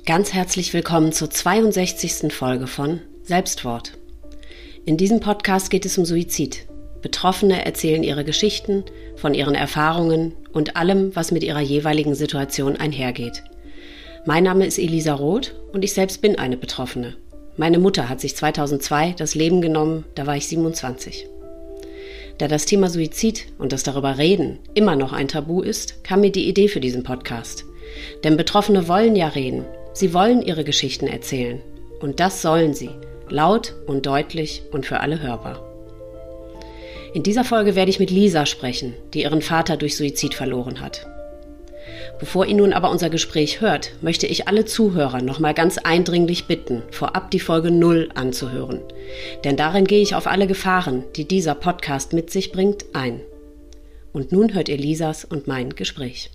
Ganz herzlich willkommen zur 62. Folge von Selbstwort. In diesem Podcast geht es um Suizid. Betroffene erzählen ihre Geschichten, von ihren Erfahrungen und allem, was mit ihrer jeweiligen Situation einhergeht. Mein Name ist Elisa Roth und ich selbst bin eine Betroffene. Meine Mutter hat sich 2002 das Leben genommen, da war ich 27. Da das Thema Suizid und das darüber reden immer noch ein Tabu ist, kam mir die Idee für diesen Podcast. Denn Betroffene wollen ja reden. Sie wollen ihre Geschichten erzählen. Und das sollen sie. Laut und deutlich und für alle hörbar. In dieser Folge werde ich mit Lisa sprechen, die ihren Vater durch Suizid verloren hat. Bevor ihr nun aber unser Gespräch hört, möchte ich alle Zuhörer nochmal ganz eindringlich bitten, vorab die Folge 0 anzuhören. Denn darin gehe ich auf alle Gefahren, die dieser Podcast mit sich bringt, ein. Und nun hört ihr Lisas und mein Gespräch.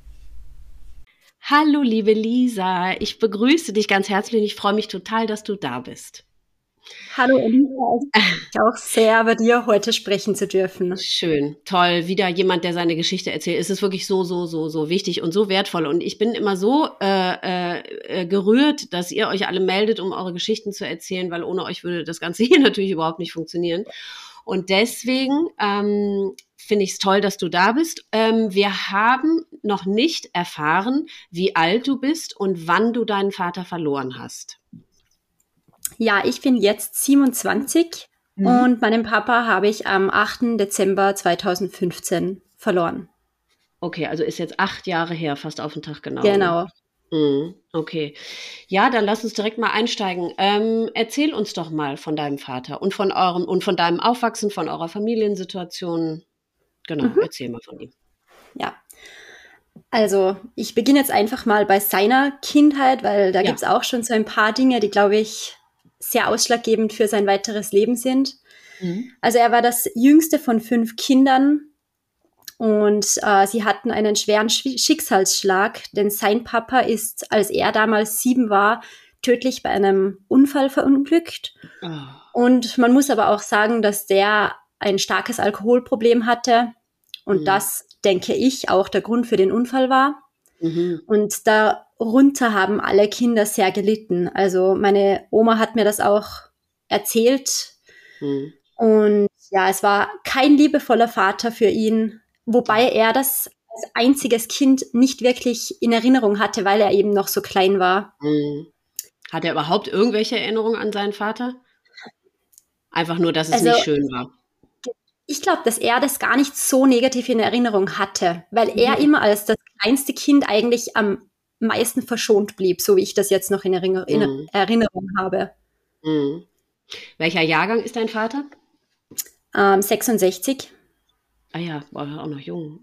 Hallo liebe Lisa, ich begrüße dich ganz herzlich und ich freue mich total, dass du da bist. Hallo Elisa, ich freue mich auch sehr, bei dir heute sprechen zu dürfen. Schön, toll, wieder jemand, der seine Geschichte erzählt. Es ist wirklich so wichtig und so wertvoll und ich bin immer so gerührt, dass ihr euch alle meldet, um eure Geschichten zu erzählen, weil ohne euch würde das Ganze hier natürlich überhaupt nicht funktionieren. Und deswegen finde ich es toll, dass du da bist. Wir haben noch nicht erfahren, wie alt du bist und wann du deinen Vater verloren hast. Ja, ich bin jetzt 27 und meinen Papa habe ich am 8. Dezember 2015 verloren. Okay, also ist jetzt 8 Jahre her, fast auf den Tag genau. Genau. Okay. Ja, dann lass uns direkt mal einsteigen. Erzähl uns doch mal von deinem Vater und von deinem Aufwachsen, von eurer Familiensituation. Genau, erzähl mal von ihm. Ja, also ich beginne jetzt einfach mal bei seiner Kindheit, weil da gibt es auch schon so ein paar Dinge, die, glaube ich, sehr ausschlaggebend für sein weiteres Leben sind. Also er war das jüngste von 5 Kindern und sie hatten einen schweren Schicksalsschlag, denn sein Papa ist, als er damals 7 war, tödlich bei einem Unfall verunglückt. Und man muss aber auch sagen, dass der ein starkes Alkoholproblem hatte und das, denke ich, auch der Grund für den Unfall war. Und darunter haben alle Kinder sehr gelitten. Also meine Oma hat mir das auch erzählt. Und ja, es war kein liebevoller Vater für ihn, wobei er das als einziges Kind nicht wirklich in Erinnerung hatte, weil er eben noch so klein war. Hat er überhaupt irgendwelche Erinnerungen an seinen Vater? Einfach nur, dass es nicht schön war. Ich glaube, dass er das gar nicht so negativ in Erinnerung hatte, weil er immer als das kleinste Kind eigentlich am meisten verschont blieb, so wie ich das jetzt noch in Erinnerung habe. Welcher Jahrgang ist dein Vater? 66. Ah ja, war auch noch jung.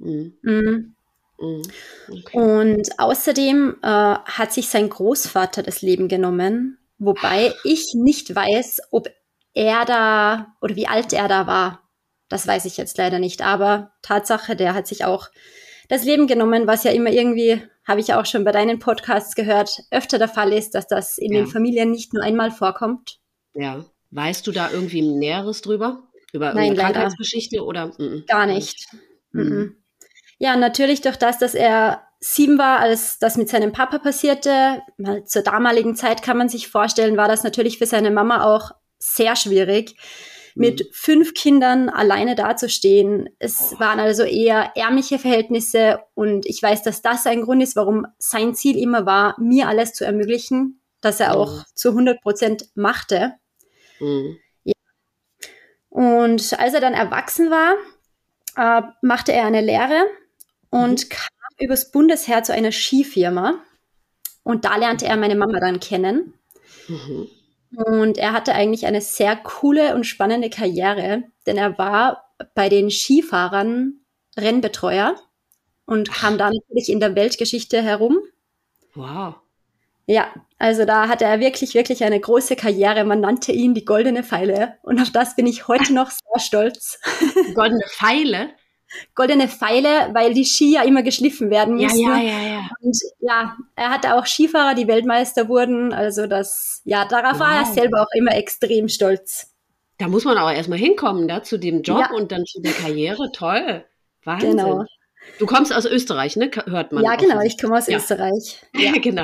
Okay. Und außerdem hat sich sein Großvater das Leben genommen, wobei ich nicht weiß, ob er da oder wie alt er da war. Das weiß ich jetzt leider nicht, aber Tatsache, der hat sich auch das Leben genommen, was ja immer irgendwie, habe ich auch schon bei deinen Podcasts gehört, öfter der Fall ist, dass das in den Familien nicht nur einmal vorkommt. Ja. Weißt du da irgendwie Näheres drüber? Über Nein, irgendeine Krankheitsgeschichte? Oder? Gar nicht. Ja, natürlich durch das, dass er 7 war, als das mit seinem Papa passierte. Zur damaligen Zeit kann man sich vorstellen, war das natürlich für seine Mama auch sehr schwierig, mit 5 Kindern alleine dazustehen. Es waren also eher ärmliche Verhältnisse und ich weiß, dass das ein Grund ist, warum sein Ziel immer war, mir alles zu ermöglichen, dass er auch zu 100% machte. Ja. Und als er dann erwachsen war, machte er eine Lehre und kam übers Bundesheer zu einer Skifirma und da lernte er meine Mama dann kennen. Und er hatte eigentlich eine sehr coole und spannende Karriere, denn er war bei den Skifahrern Rennbetreuer und kam da natürlich in der Weltgeschichte herum. Wow. Ja, also da hatte er wirklich, wirklich eine große Karriere. Man nannte ihn die Goldene Pfeile und auf das bin ich heute noch sehr stolz. Goldene Pfeile? Goldene Pfeile, weil die Ski ja immer geschliffen werden mussten. Ja. Und ja, er hatte auch Skifahrer, die Weltmeister wurden. Also das, ja, darauf war er selber auch immer extrem stolz. Da muss man auch erstmal hinkommen, da, zu dem Job und dann zu der Karriere. Toll. Wahnsinn. Genau. Du kommst aus Österreich, ne? Hört man. Ja, genau, ich komme aus Österreich. Ja, genau.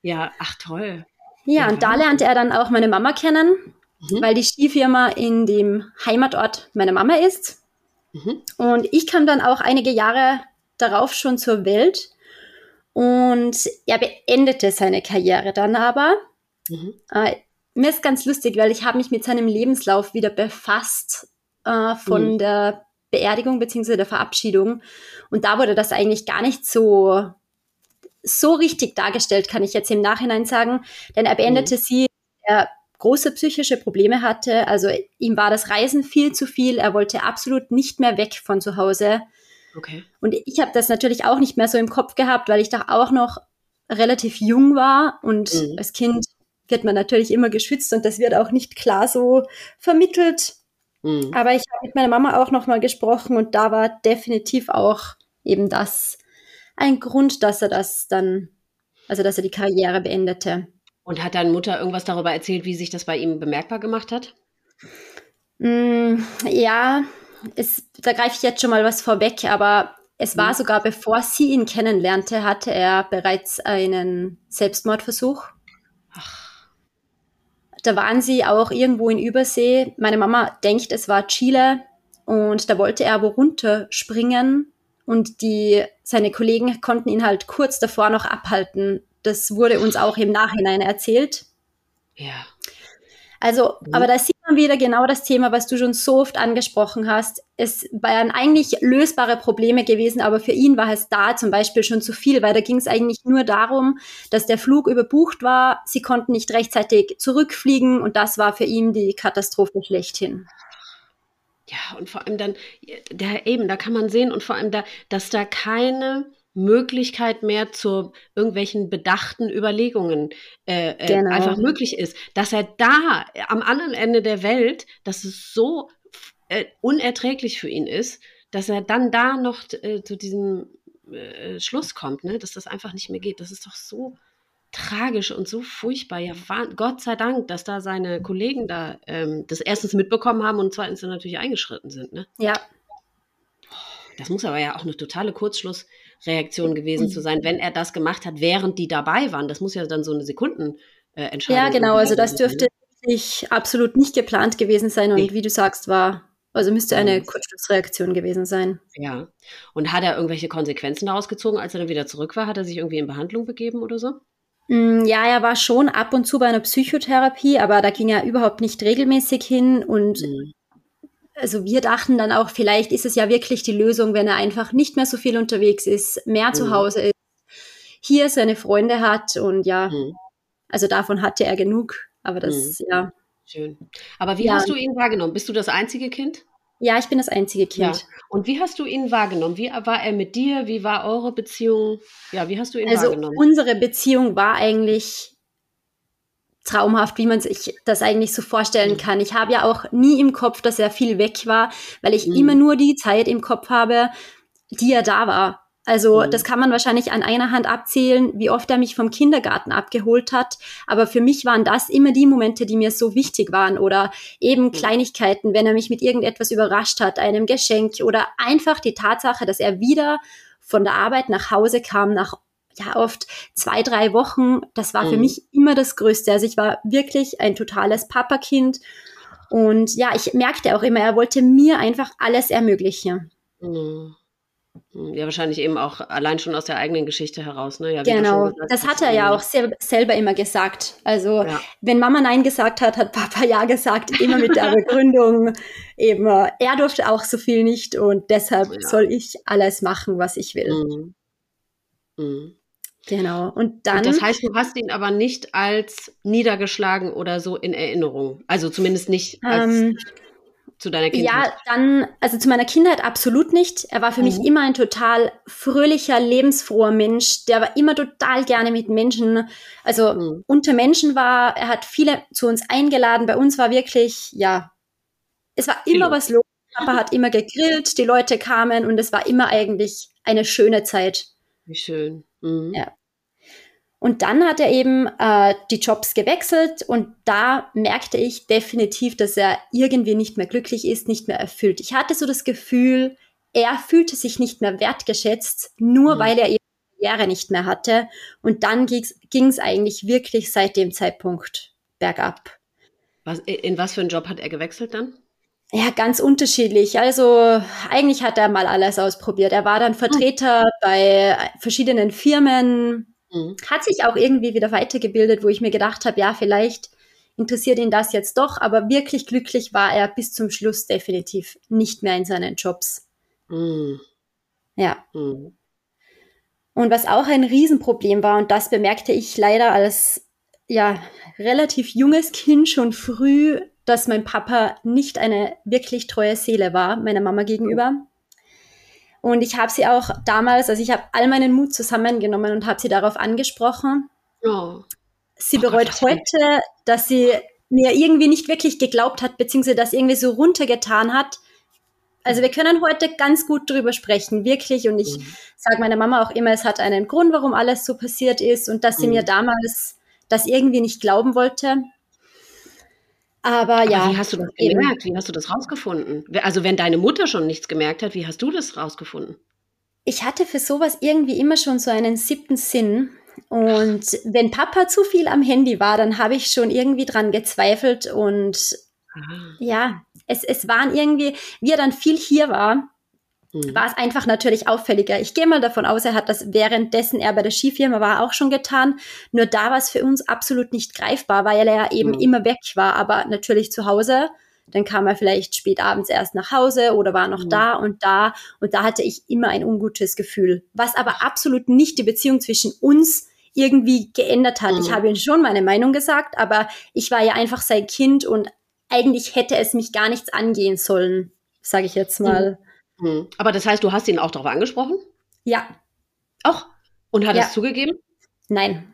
Ja, ach toll. Ja, und da lernte er dann auch meine Mama kennen, weil die Skifirma in dem Heimatort meiner Mama ist. Und ich kam dann auch einige Jahre darauf schon zur Welt. Und er beendete seine Karriere dann aber. Mir ist ganz lustig, weil ich habe mich mit seinem Lebenslauf wieder befasst von der Beerdigung bzw. der Verabschiedung. Und da wurde das eigentlich gar nicht so richtig dargestellt, kann ich jetzt im Nachhinein sagen. Denn er beendete sie, er große psychische Probleme hatte. Also ihm war das Reisen viel zu viel. Er wollte absolut nicht mehr weg von zu Hause. Okay. Und ich habe das natürlich auch nicht mehr so im Kopf gehabt, weil ich da auch noch relativ jung war. Und als Kind wird man natürlich immer geschützt und das wird auch nicht klar so vermittelt. Aber ich habe mit meiner Mama auch noch mal gesprochen und da war definitiv auch eben das ein Grund, dass er das dann, also dass er die Karriere beendete. Und hat deine Mutter irgendwas darüber erzählt, wie sich das bei ihm bemerkbar gemacht hat? Ja, da greife ich jetzt schon mal was vorweg, aber es war sogar, bevor sie ihn kennenlernte, hatte er bereits einen Selbstmordversuch. Da waren sie auch irgendwo in Übersee. Meine Mama denkt, es war Chile und da wollte er wo runterspringen und seine Kollegen konnten ihn halt kurz davor noch abhalten. Das wurde uns auch im Nachhinein erzählt. Ja. Also, aber da sieht man wieder genau das Thema, was du schon so oft angesprochen hast. Es waren eigentlich lösbare Probleme gewesen, aber für ihn war es da zum Beispiel schon zu viel, weil da ging es eigentlich nur darum, dass der Flug überbucht war, sie konnten nicht rechtzeitig zurückfliegen und das war für ihn die Katastrophe schlechthin. Ja, und vor allem dann, da kann man sehen und vor allem dass da keine Möglichkeit mehr zu irgendwelchen bedachten Überlegungen einfach möglich ist. Dass er da am anderen Ende der Welt, dass es so unerträglich für ihn ist, dass er dann da noch zu diesem Schluss kommt, ne? Dass das einfach nicht mehr geht. Das ist doch so tragisch und so furchtbar. Ja, Gott sei Dank, dass da seine Kollegen da das erstens mitbekommen haben und zweitens dann natürlich eingeschritten sind. Ne? Ja. Das muss aber ja auch eine totale Kurzschlussreaktion gewesen zu sein, wenn er das gemacht hat, während die dabei waren. Das muss ja dann so eine Sekundenentscheidung Ja, genau. Also das dürfte sein. wirklich absolut nicht geplant gewesen sein und wie du sagst, müsste eine Kurzschlussreaktion gewesen sein. Ja. Und hat er irgendwelche Konsequenzen daraus gezogen, als er dann wieder zurück war? Hat er sich irgendwie in Behandlung begeben oder so? Ja, er war schon ab und zu bei einer Psychotherapie, aber da ging er überhaupt nicht regelmäßig hin und also wir dachten dann auch, vielleicht ist es ja wirklich die Lösung, wenn er einfach nicht mehr so viel unterwegs ist, mehr zu Hause ist, hier seine Freunde hat und also davon hatte er genug, aber das, Schön. Aber wie hast du ihn wahrgenommen? Bist du das einzige Kind? Ja, ich bin das einzige Kind. Ja. Und wie hast du ihn wahrgenommen? Wie war er mit dir? Wie war eure Beziehung? Ja, wie hast du ihn wahrgenommen? Unsere Beziehung war eigentlich traumhaft, wie man sich das eigentlich so vorstellen kann. Ich habe ja auch nie im Kopf, dass er viel weg war, weil ich immer nur die Zeit im Kopf habe, die er da war. Also das kann man wahrscheinlich an einer Hand abzählen, wie oft er mich vom Kindergarten abgeholt hat. Aber für mich waren das immer die Momente, die mir so wichtig waren. Oder eben Kleinigkeiten, wenn er mich mit irgendetwas überrascht hat, einem Geschenk. Oder einfach die Tatsache, dass er wieder von der Arbeit nach Hause kam, nach oft 2-3 Wochen. Das war für mich immer das Größte. Also ich war wirklich ein totales Papakind. Und ja, ich merkte auch immer, er wollte mir einfach alles ermöglichen. Ja, wahrscheinlich eben auch allein schon aus der eigenen Geschichte heraus. Ne? Ja, genau, das hat er ja auch selber immer gesagt. Also wenn Mama Nein gesagt hat, hat Papa Ja gesagt, immer mit der Begründung eben, er durfte auch so viel nicht und deshalb soll ich alles machen, was ich will. Genau, und dann... Und das heißt, du hast ihn aber nicht als niedergeschlagen oder so in Erinnerung, also zumindest nicht als... zu deiner Kindheit? Ja, dann, also zu meiner Kindheit absolut nicht. Er war für mich immer ein total fröhlicher, lebensfroher Mensch. Der war immer total gerne mit Menschen, also unter Menschen war. Er hat viele zu uns eingeladen. Bei uns war wirklich, es war immer was los. Papa hat immer gegrillt, die Leute kamen und es war immer eigentlich eine schöne Zeit. Wie schön. Ja. Und dann hat er eben die Jobs gewechselt und da merkte ich definitiv, dass er irgendwie nicht mehr glücklich ist, nicht mehr erfüllt. Ich hatte so das Gefühl, er fühlte sich nicht mehr wertgeschätzt, nur weil er eben Karriere nicht mehr hatte. Und dann ging es eigentlich wirklich seit dem Zeitpunkt bergab. In was für einen Job hat er gewechselt dann? Ja, ganz unterschiedlich. Also eigentlich hat er mal alles ausprobiert. Er war dann Vertreter bei verschiedenen Firmen, hat sich auch irgendwie wieder weitergebildet, wo ich mir gedacht habe, ja, vielleicht interessiert ihn das jetzt doch, aber wirklich glücklich war er bis zum Schluss definitiv nicht mehr in seinen Jobs. Ja. Und was auch ein Riesenproblem war, und das bemerkte ich leider als relativ junges Kind schon früh, dass mein Papa nicht eine wirklich treue Seele war, meiner Mama gegenüber. Und ich habe sie auch damals, also ich habe all meinen Mut zusammengenommen und habe sie darauf angesprochen. Sie bereut heute, dass sie mir irgendwie nicht wirklich geglaubt hat, beziehungsweise das irgendwie so runtergetan hat. Also wir können heute ganz gut drüber sprechen, wirklich. Und ich sage meiner Mama auch immer, es hat einen Grund, warum alles so passiert ist und dass sie mir damals das irgendwie nicht glauben wollte. Aber ja. Wie hast du das gemerkt? Wie hast du das rausgefunden? Also wenn deine Mutter schon nichts gemerkt hat, wie hast du das rausgefunden? Ich hatte für sowas irgendwie immer schon so einen 7. Sinn. Und wenn Papa zu viel am Handy war, dann habe ich schon irgendwie dran gezweifelt. Und ja, es waren irgendwie, wie er dann viel hier war, war es einfach natürlich auffälliger. Ich gehe mal davon aus, er hat das währenddessen er bei der Skifirma war auch schon getan. Nur da war es für uns absolut nicht greifbar, weil er ja eben immer weg war, aber natürlich zu Hause. Dann kam er vielleicht spät abends erst nach Hause oder war noch da. Und da hatte ich immer ein ungutes Gefühl. Was aber absolut nicht die Beziehung zwischen uns irgendwie geändert hat. Ich habe ihm schon meine Meinung gesagt, aber ich war ja einfach sein Kind und eigentlich hätte es mich gar nichts angehen sollen, sage ich jetzt mal. Aber das heißt, du hast ihn auch darauf angesprochen? Ja. Auch? Und hat er es zugegeben? Nein.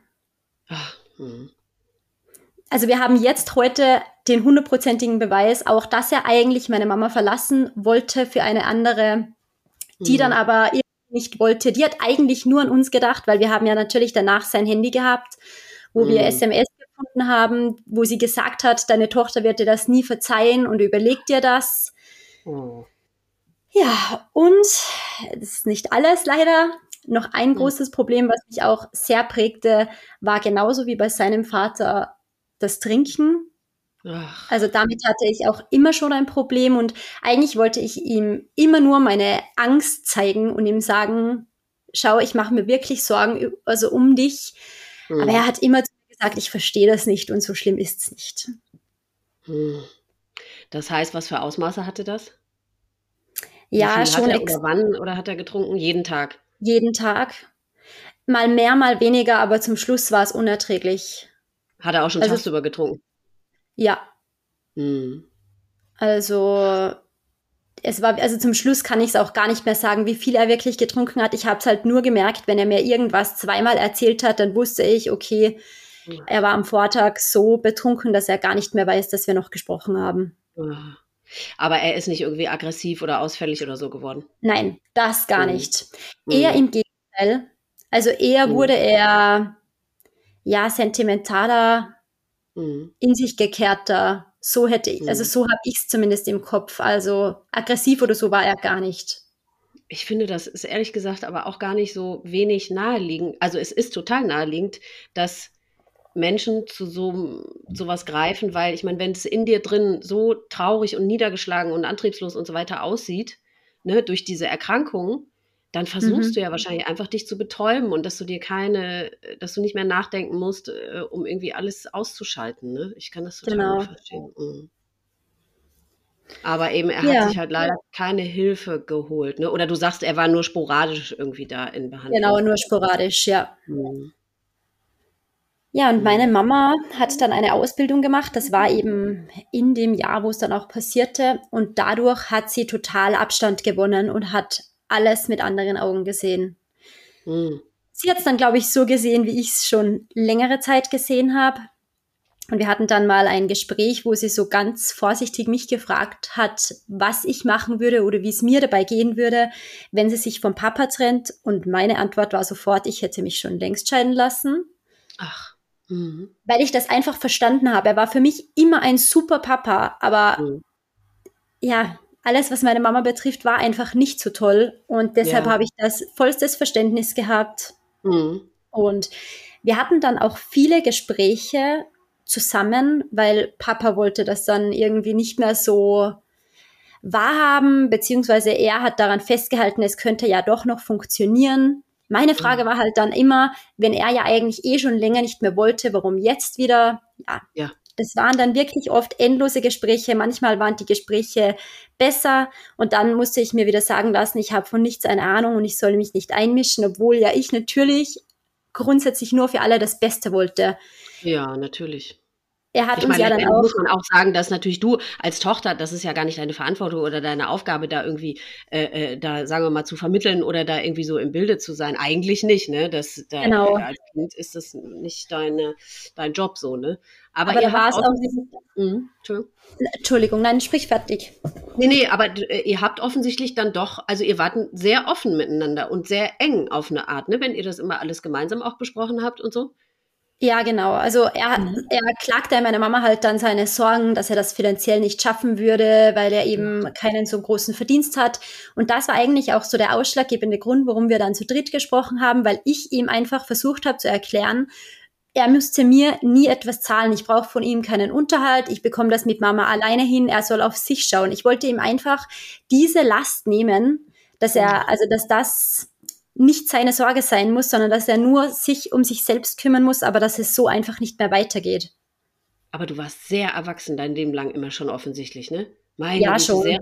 Also wir haben jetzt heute den 100%igen Beweis, auch dass er eigentlich meine Mama verlassen wollte für eine andere, die dann aber nicht wollte. Die hat eigentlich nur an uns gedacht, weil wir haben ja natürlich danach sein Handy gehabt, wo wir SMS gefunden haben, wo sie gesagt hat, deine Tochter wird dir das nie verzeihen und überleg dir das. Ja, und das ist nicht alles leider. Noch ein großes Problem, was mich auch sehr prägte, war genauso wie bei seinem Vater das Trinken. Also damit hatte ich auch immer schon ein Problem und eigentlich wollte ich ihm immer nur meine Angst zeigen und ihm sagen, schau, ich mache mir wirklich Sorgen also um dich. Aber er hat immer zu mir gesagt, ich verstehe das nicht und so schlimm ist es nicht. Das heißt, was für Ausmaße hatte das? Ja, schon. Oder wann oder hat er getrunken? Jeden Tag? Jeden Tag. Mal mehr, mal weniger, aber zum Schluss war es unerträglich. Hat er auch schon tagsüber getrunken? Ja. Also zum Schluss kann ich es auch gar nicht mehr sagen, wie viel er wirklich getrunken hat. Ich habe es halt nur gemerkt, wenn er mir irgendwas zweimal erzählt hat, dann wusste ich, okay, er war am Vortag so betrunken, dass er gar nicht mehr weiß, dass wir noch gesprochen haben. Aber er ist nicht irgendwie aggressiv oder ausfällig oder so geworden? Nein, das gar nicht. Eher im Gegenteil. Also eher wurde er sentimentaler, in sich gekehrter. So hätte ich, also so habe ich es zumindest im Kopf. Also aggressiv oder so war er gar nicht. Ich finde, das ist ehrlich gesagt aber auch gar nicht so wenig naheliegend. Also es ist total naheliegend, dass Menschen zu sowas greifen, weil ich meine, wenn es in dir drin so traurig und niedergeschlagen und antriebslos und so weiter aussieht, ne, durch diese Erkrankung, dann versuchst du ja wahrscheinlich einfach dich zu betäuben und dass du nicht mehr nachdenken musst, um irgendwie alles auszuschalten. Ne? Ich kann das total gut verstehen. Aber eben, er hat sich halt leider keine Hilfe geholt. Ne? Oder du sagst, er war nur sporadisch irgendwie da in Behandlung. Genau, nur sporadisch, ja. Ja, und meine Mama hat dann eine Ausbildung gemacht. Das war eben in dem Jahr, wo es dann auch passierte. Und dadurch hat sie total Abstand gewonnen und hat alles mit anderen Augen gesehen. Sie hat es dann, glaube ich, so gesehen, wie ich es schon längere Zeit gesehen habe. Und wir hatten dann mal ein Gespräch, wo sie so ganz vorsichtig mich gefragt hat, was ich machen würde oder wie es mir dabei gehen würde, wenn sie sich vom Papa trennt. Und meine Antwort war sofort, ich hätte mich schon längst scheiden lassen. Ach. Weil ich das einfach verstanden habe. Er war für mich immer ein super Papa, aber ja, alles, was meine Mama betrifft, war einfach nicht so toll. Und deshalb habe ich das vollstes Verständnis gehabt. Mhm. Und wir hatten dann auch viele Gespräche zusammen, weil Papa wollte das dann irgendwie nicht mehr so wahrhaben, beziehungsweise er hat daran festgehalten, es könnte ja doch noch funktionieren. Meine Frage Mhm. war halt dann immer, wenn er ja eigentlich schon länger nicht mehr wollte, warum jetzt wieder? Ja, Ja. das waren dann wirklich oft endlose Gespräche. Manchmal waren die Gespräche besser und dann musste ich mir wieder sagen lassen, ich habe von nichts eine Ahnung und ich soll mich nicht einmischen, obwohl ja ich natürlich grundsätzlich nur für alle das Beste wollte. Ja, natürlich. Er hat Ich uns meine, ja dann letztendlich auch, muss man auch sagen, dass natürlich du als Tochter, das ist ja gar nicht deine Verantwortung oder deine Aufgabe, da irgendwie, da sagen wir mal zu vermitteln oder da irgendwie so im Bilde zu sein. Eigentlich nicht, ne? genau, Als Kind ist das nicht dein Job so, ne? Aber aber ihr da war habt es auch, offensichtlich, Entschuldigung. Entschuldigung, nein, sprich fertig. Nee, aber ihr habt offensichtlich dann doch, also ihr wart sehr offen miteinander und sehr eng auf eine Art, ne? Wenn ihr das immer alles gemeinsam auch besprochen habt und so. Ja, genau. Also Mhm. er klagte meiner Mama halt dann seine Sorgen, dass er das finanziell nicht schaffen würde, weil er eben keinen so großen Verdienst hat. Und das war eigentlich auch so der ausschlaggebende Grund, warum wir dann zu dritt gesprochen haben, weil ich ihm einfach versucht habe zu erklären, er müsste mir nie etwas zahlen. Ich brauche von ihm keinen Unterhalt. Ich bekomme das mit Mama alleine hin. Er soll auf sich schauen. Ich wollte ihm einfach diese Last nehmen, dass das nicht seine Sorge sein muss, sondern dass er nur sich um sich selbst kümmern muss, aber dass es so einfach nicht mehr weitergeht. Aber du warst sehr erwachsen dein Leben lang immer schon offensichtlich, ne? Meine Ja, Güte, schon.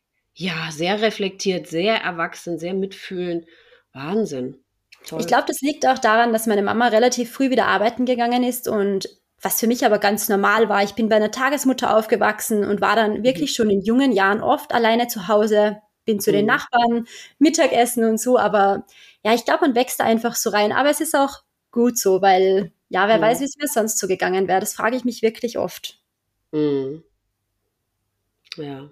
sehr reflektiert, sehr erwachsen, sehr mitfühlend. Wahnsinn. Ich Toll. glaube, das liegt auch daran, dass meine Mama relativ früh wieder arbeiten gegangen ist und was für mich aber ganz normal war. Ich bin bei einer Tagesmutter aufgewachsen und war dann Mhm. wirklich schon in jungen Jahren oft alleine zu Hause, bin zu den Mhm. Nachbarn, Mittagessen und so. Aber ja, ich glaube, man wächst da einfach so rein. Aber es ist auch gut so, weil ja, wer weiß, Mhm. wie es mir sonst so gegangen wäre. Das frage ich mich wirklich oft. Mhm. Ja.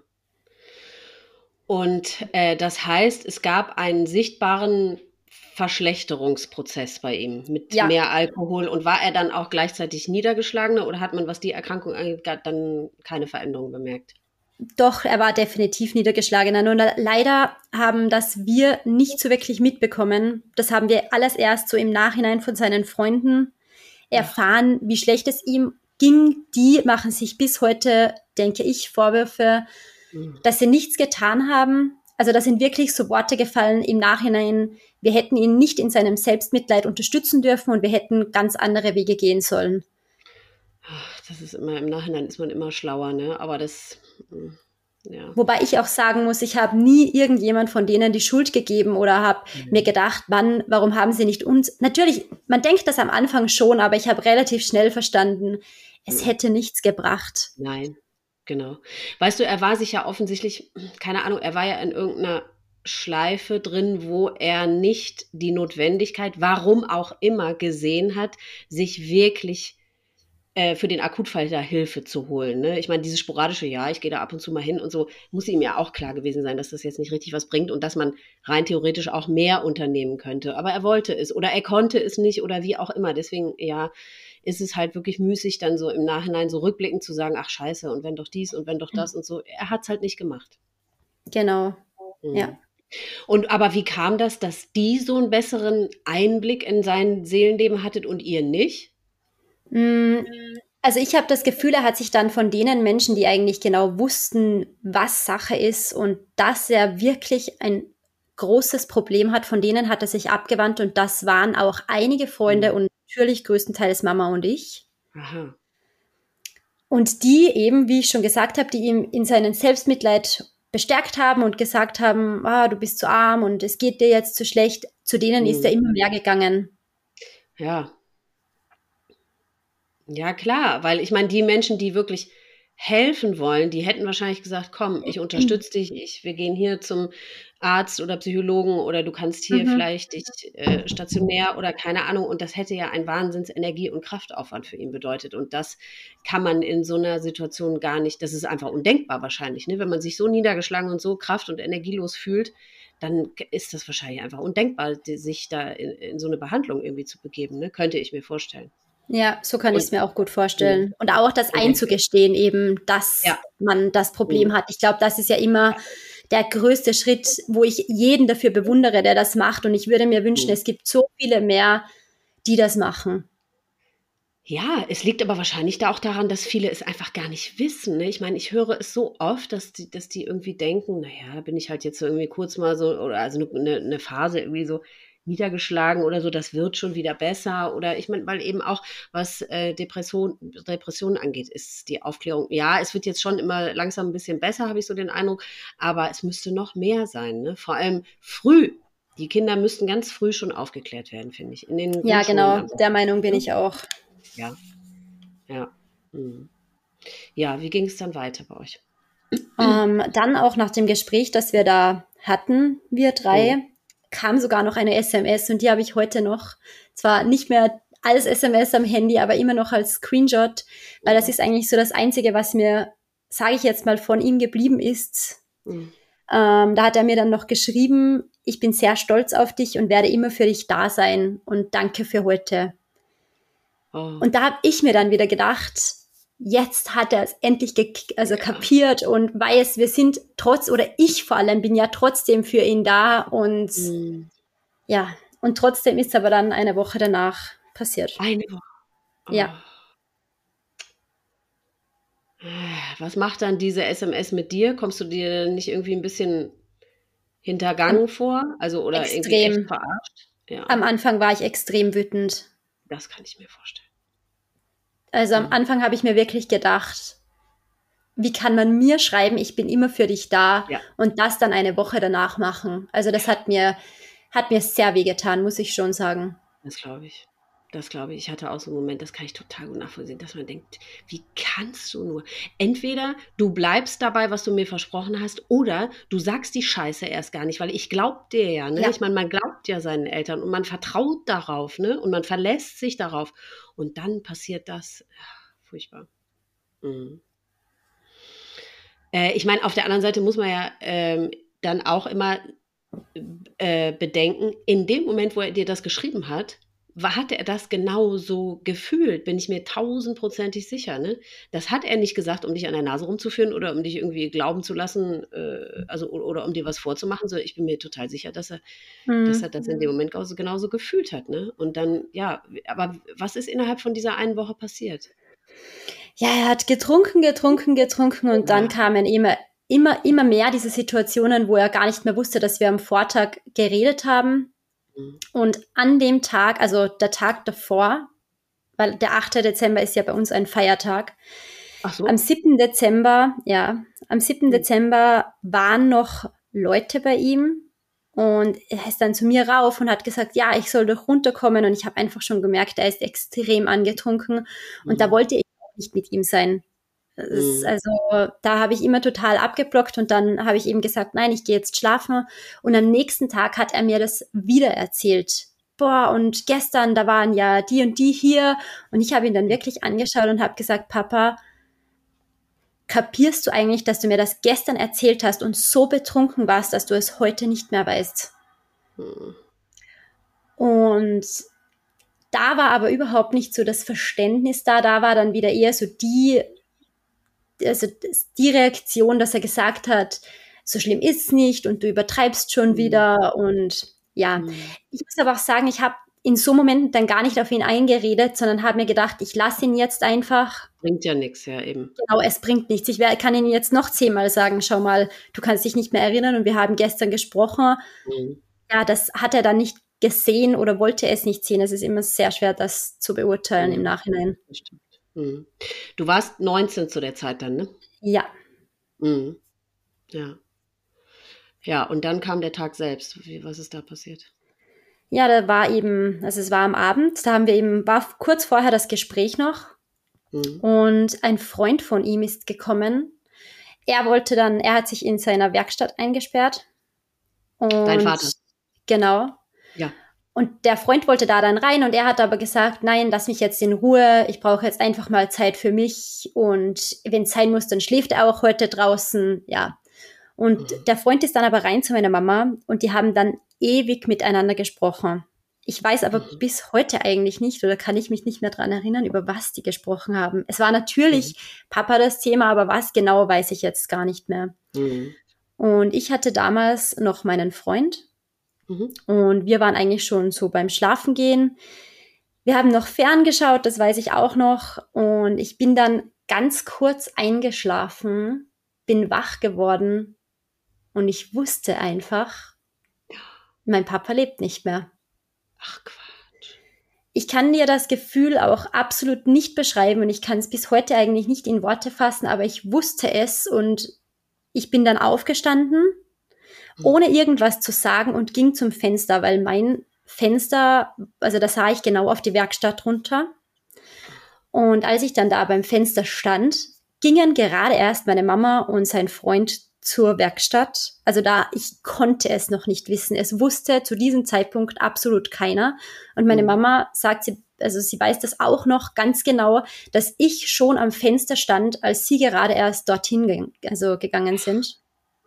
Und das heißt, es gab einen sichtbaren Verschlechterungsprozess bei ihm mit Ja, mehr Alkohol. Und war er dann auch gleichzeitig niedergeschlagener oder hat man, was die Erkrankung angeht, dann keine Veränderung bemerkt? doch, er war definitiv niedergeschlagener. Nur leider haben das wir nicht so wirklich mitbekommen. Das haben wir alles erst so im Nachhinein von seinen Freunden Ach. erfahren, wie schlecht es ihm ging. Die machen sich bis heute, denke ich, Vorwürfe, Mhm. dass sie nichts getan haben. Also da sind wirklich so Worte gefallen im Nachhinein, wir hätten ihn nicht in seinem Selbstmitleid unterstützen dürfen und wir hätten ganz andere Wege gehen sollen. Ach, das ist immer im Nachhinein ist man immer schlauer, ne? Aber das, ja. Wobei ich auch sagen muss, ich habe nie irgendjemand von denen die Schuld gegeben oder habe mir Mhm. gedacht, Mann, warum haben sie nicht uns? Natürlich, man denkt das am Anfang schon, aber ich habe relativ schnell verstanden, es Mhm. hätte nichts gebracht. Nein, genau. Weißt du, er war sich ja offensichtlich, keine Ahnung, er war ja in irgendeiner Schleife drin, wo er nicht die Notwendigkeit, warum auch immer, gesehen hat, sich wirklich für den Akutfall da Hilfe zu holen. Ne? Ich meine, dieses sporadische, ja, ich gehe da ab und zu mal hin und so, muss ihm ja auch klar gewesen sein, dass das jetzt nicht richtig was bringt und dass man rein theoretisch auch mehr unternehmen könnte. Aber er wollte es oder er konnte es nicht oder wie auch immer. Deswegen, ja, ist es halt wirklich müßig, dann so im Nachhinein so rückblickend zu sagen, ach scheiße, und wenn doch dies und wenn doch das und so. Er hat es halt nicht gemacht. Genau, ja. Mhm. Und aber wie kam das, dass die so einen besseren Einblick in sein Seelenleben hattet und ihr nicht? Mm, Also ich habe das Gefühl, er hat sich dann von denen Menschen, die eigentlich genau wussten, was Sache ist und dass er wirklich ein großes Problem hat, von denen hat er sich abgewandt und das waren auch einige Freunde Mhm. und natürlich größtenteils Mama und ich. Aha. Und die eben, wie ich schon gesagt habe, die ihm in seinen Selbstmitleid bestärkt haben und gesagt haben, ah, du bist zu arm und es geht dir jetzt zu schlecht, zu denen ist er Mhm. immer mehr gegangen. Ja. Ja, klar, weil ich meine, die Menschen, die wirklich helfen wollen, die hätten wahrscheinlich gesagt: „Komm, ich unterstütze dich, wir gehen hier zum Arzt oder Psychologen oder du kannst hier Mhm. vielleicht dich, stationär“ oder keine Ahnung. Und das hätte ja einen Wahnsinns Energie und Kraftaufwand für ihn bedeutet. Und das kann man in so einer Situation gar nicht, das ist einfach undenkbar wahrscheinlich, ne? Wenn man sich so niedergeschlagen und so kraft und energielos fühlt, dann k ist das wahrscheinlich einfach undenkbar, d sich da in so eine Behandlung irgendwie zu begeben, ne? Könnte ich mir vorstellen. Ja, so kann ich Und es mir auch gut mhm. vorstellen. Und auch das Und der einzugestehen eben, dass ja, man das Problem mhm, hat. Ich glaube, das ist ja immer der größte Schritt, wo ich jeden dafür bewundere, der das macht. Und ich würde mir wünschen, es gibt so viele mehr, die das machen. Ja, es liegt aber wahrscheinlich da auch daran, dass viele es einfach gar nicht wissen, ne? Ich meine, ich höre es so oft, dass die irgendwie denken, naja, bin ich halt jetzt so irgendwie kurz mal so oder also eine Phase irgendwie so niedergeschlagen oder so, das wird schon wieder besser. Oder ich meine, weil eben auch, was Depressionen angeht, ist die Aufklärung, ja, es wird jetzt schon immer langsam ein bisschen besser, habe ich so den Eindruck, aber es müsste noch mehr sein, ne? Vor allem früh. Die Kinder müssten ganz früh schon aufgeklärt werden, finde ich. In den Ja, Grundschulen genau, der Meinung bin ich auch. Ja, ja. Mhm. Ja, wie ging es dann weiter bei euch? Dann auch nach dem Gespräch, das wir da hatten, wir drei, kam sogar noch eine SMS und die habe ich heute noch, zwar nicht mehr als SMS am Handy, aber immer noch als Screenshot, weil das ist eigentlich so das Einzige, was mir, sage ich jetzt mal, von ihm geblieben ist. Da hat er mir dann noch geschrieben, ich bin sehr stolz auf dich und werde immer für dich da sein und danke für heute. Und da habe ich mir dann wieder gedacht, jetzt hat er es endlich kapiert und weiß, wir sind oder ich vor allem bin ja trotzdem für ihn da und ja, und trotzdem ist aber dann eine Woche danach passiert. Eine Woche? Oh. Ja. Was macht dann diese SMS mit dir? Kommst du dir nicht irgendwie ein bisschen hintergangen vor? Also, oder extrem. Irgendwie echt verarscht? Ja. Am Anfang war ich extrem wütend. Das kann ich mir vorstellen. Also am Anfang habe ich mir wirklich gedacht, wie kann man mir schreiben, ich bin immer für dich da und das dann eine Woche danach machen? Also das hat mir sehr wehgetan, muss ich schon sagen. Das glaube ich. Ich hatte auch so einen Moment, das kann ich total gut nachvollziehen, dass man denkt, wie kannst du nur? Entweder du bleibst dabei, was du mir versprochen hast, oder du sagst die Scheiße erst gar nicht, weil ich glaube dir ja, ne? Ja. Ich meine, man glaubt ja seinen Eltern und man vertraut darauf, ne? Und man verlässt sich darauf. Und dann passiert das. Ja, furchtbar. Ich meine, auf der anderen Seite muss man ja dann auch immer bedenken, in dem Moment, wo er dir das geschrieben hat, hat er das genauso gefühlt, bin ich mir 1000%ig sicher. Ne? Das hat er nicht gesagt, um dich an der Nase rumzuführen oder um dich irgendwie glauben zu lassen, oder um dir was vorzumachen, sondern ich bin mir total sicher, dass er das in dem Moment genauso gefühlt hat. Ne? Und dann, ja, aber was ist innerhalb von dieser einen Woche passiert? Ja, er hat getrunken und dann kamen immer mehr diese Situationen, wo er gar nicht mehr wusste, dass wir am Vortag geredet haben. Und an dem Tag, also der Tag davor, weil der 8. Dezember ist ja bei uns ein Feiertag. Ach so. Am 7. Dezember waren noch Leute bei ihm und er ist dann zu mir rauf und hat gesagt, ja, ich soll doch runterkommen und ich habe einfach schon gemerkt, er ist extrem angetrunken und da wollte ich auch nicht mit ihm sein. Also da habe ich immer total abgeblockt und dann habe ich ihm gesagt, nein, ich gehe jetzt schlafen und am nächsten Tag hat er mir das wieder erzählt. Boah, und gestern, da waren ja die und die hier und ich habe ihn dann wirklich angeschaut und habe gesagt, Papa, kapierst du eigentlich, dass du mir das gestern erzählt hast und so betrunken warst, dass du es heute nicht mehr weißt? Und da war aber überhaupt nicht so das Verständnis da war dann wieder eher so die Reaktion, dass er gesagt hat, so schlimm ist es nicht und du übertreibst schon wieder und ja. Ich muss aber auch sagen, ich habe in so Momenten dann gar nicht auf ihn eingeredet, sondern habe mir gedacht, ich lasse ihn jetzt einfach. Bringt ja nichts, ja eben. Genau, es bringt nichts. Ich kann ihn jetzt noch 10-mal sagen, schau mal, du kannst dich nicht mehr erinnern und wir haben gestern gesprochen. Ja, das hat er dann nicht gesehen oder wollte es nicht sehen. Es ist immer sehr schwer, das zu beurteilen im Nachhinein. Stimmt. Du warst 19 zu der Zeit dann, ne? Ja. Ja. Ja, und dann kam der Tag selbst. Was ist da passiert? Ja, da war es war am Abend, war kurz vorher das Gespräch noch und ein Freund von ihm ist gekommen. Er hat sich in seiner Werkstatt eingesperrt. Und dein Vater? Genau. Ja. Und der Freund wollte da dann rein und er hat aber gesagt, nein, lass mich jetzt in Ruhe, ich brauche jetzt einfach mal Zeit für mich und wenn es sein muss, dann schläft er auch heute draußen, ja. Und der Freund ist dann aber rein zu meiner Mama und die haben dann ewig miteinander gesprochen. Ich weiß aber bis heute eigentlich nicht oder kann ich mich nicht mehr dran erinnern, über was die gesprochen haben. Es war natürlich Papa das Thema, aber was genau weiß ich jetzt gar nicht mehr. Und ich hatte damals noch meinen Freund und wir waren eigentlich schon so beim Schlafengehen. Wir haben noch ferngeschaut, das weiß ich auch noch. Und ich bin dann ganz kurz eingeschlafen, bin wach geworden und ich wusste einfach, mein Papa lebt nicht mehr. Ach Quatsch. Ich kann dir das Gefühl auch absolut nicht beschreiben und ich kann es bis heute eigentlich nicht in Worte fassen, aber ich wusste es und ich bin dann aufgestanden, ohne irgendwas zu sagen und ging zum Fenster, weil mein Fenster, also da sah ich genau auf die Werkstatt runter. Und als ich dann da beim Fenster stand, gingen gerade erst meine Mama und sein Freund zur Werkstatt. Also ich konnte es noch nicht wissen. Es wusste zu diesem Zeitpunkt absolut keiner. Und meine Mama sagt, sie weiß das auch noch ganz genau, dass ich schon am Fenster stand, als sie gerade erst dorthin gegangen sind.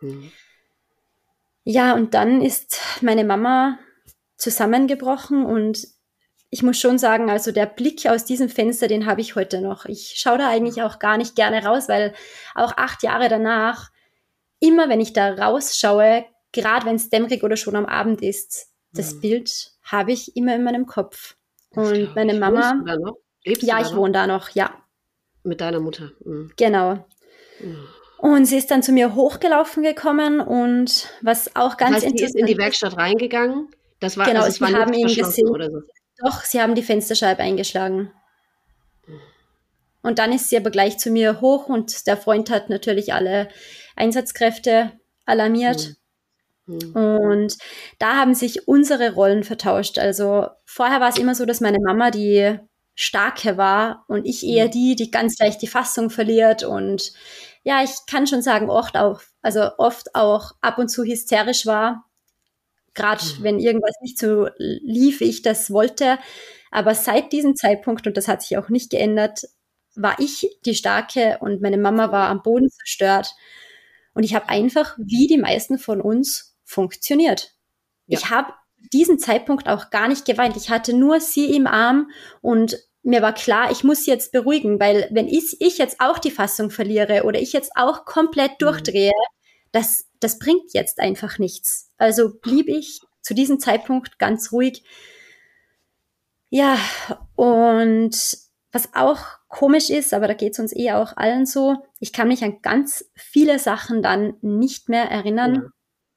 Ja, und dann ist meine Mama zusammengebrochen und ich muss schon sagen, also der Blick aus diesem Fenster, den habe ich heute noch. Ich schaue da eigentlich auch gar nicht gerne raus, weil auch 8 Jahre danach, immer wenn ich da rausschaue, gerade wenn es dämmerig oder schon am Abend ist, das Bild habe ich immer in meinem Kopf. Und meine Mama, wohnst du da noch? Lebst ja, du da ich noch? wohne da noch, ja. Mit deiner Mutter? Genau. Und sie ist dann zu mir hochgelaufen gekommen und was auch ganz Das heißt, interessant sie ist in die Werkstatt reingegangen? Das war, genau, also es sie war haben nicht ihn verschlossen gesehen. oder so? Doch, sie haben die Fensterscheibe eingeschlagen. Und dann ist sie aber gleich zu mir hoch und der Freund hat natürlich alle Einsatzkräfte alarmiert. Und da haben sich unsere Rollen vertauscht. Also vorher war es immer so, dass meine Mama die Starke war und ich eher die ganz leicht die Fassung verliert. Und ja, ich kann schon sagen, oft auch ab und zu hysterisch war. Gerade wenn irgendwas nicht so lief, wie ich das wollte. Aber seit diesem Zeitpunkt, und das hat sich auch nicht geändert, war ich die Starke und meine Mama war am Boden zerstört. Und ich habe einfach, wie die meisten von uns, funktioniert. Ja. Ich habe diesen Zeitpunkt auch gar nicht geweint. Ich hatte nur sie im Arm und mir war klar, ich muss sie jetzt beruhigen, weil wenn ich jetzt auch die Fassung verliere oder ich jetzt auch komplett durchdrehe, das bringt jetzt einfach nichts. Also blieb ich zu diesem Zeitpunkt ganz ruhig. Ja, und was auch komisch ist, aber da geht es uns auch allen so, ich kann mich an ganz viele Sachen dann nicht mehr erinnern.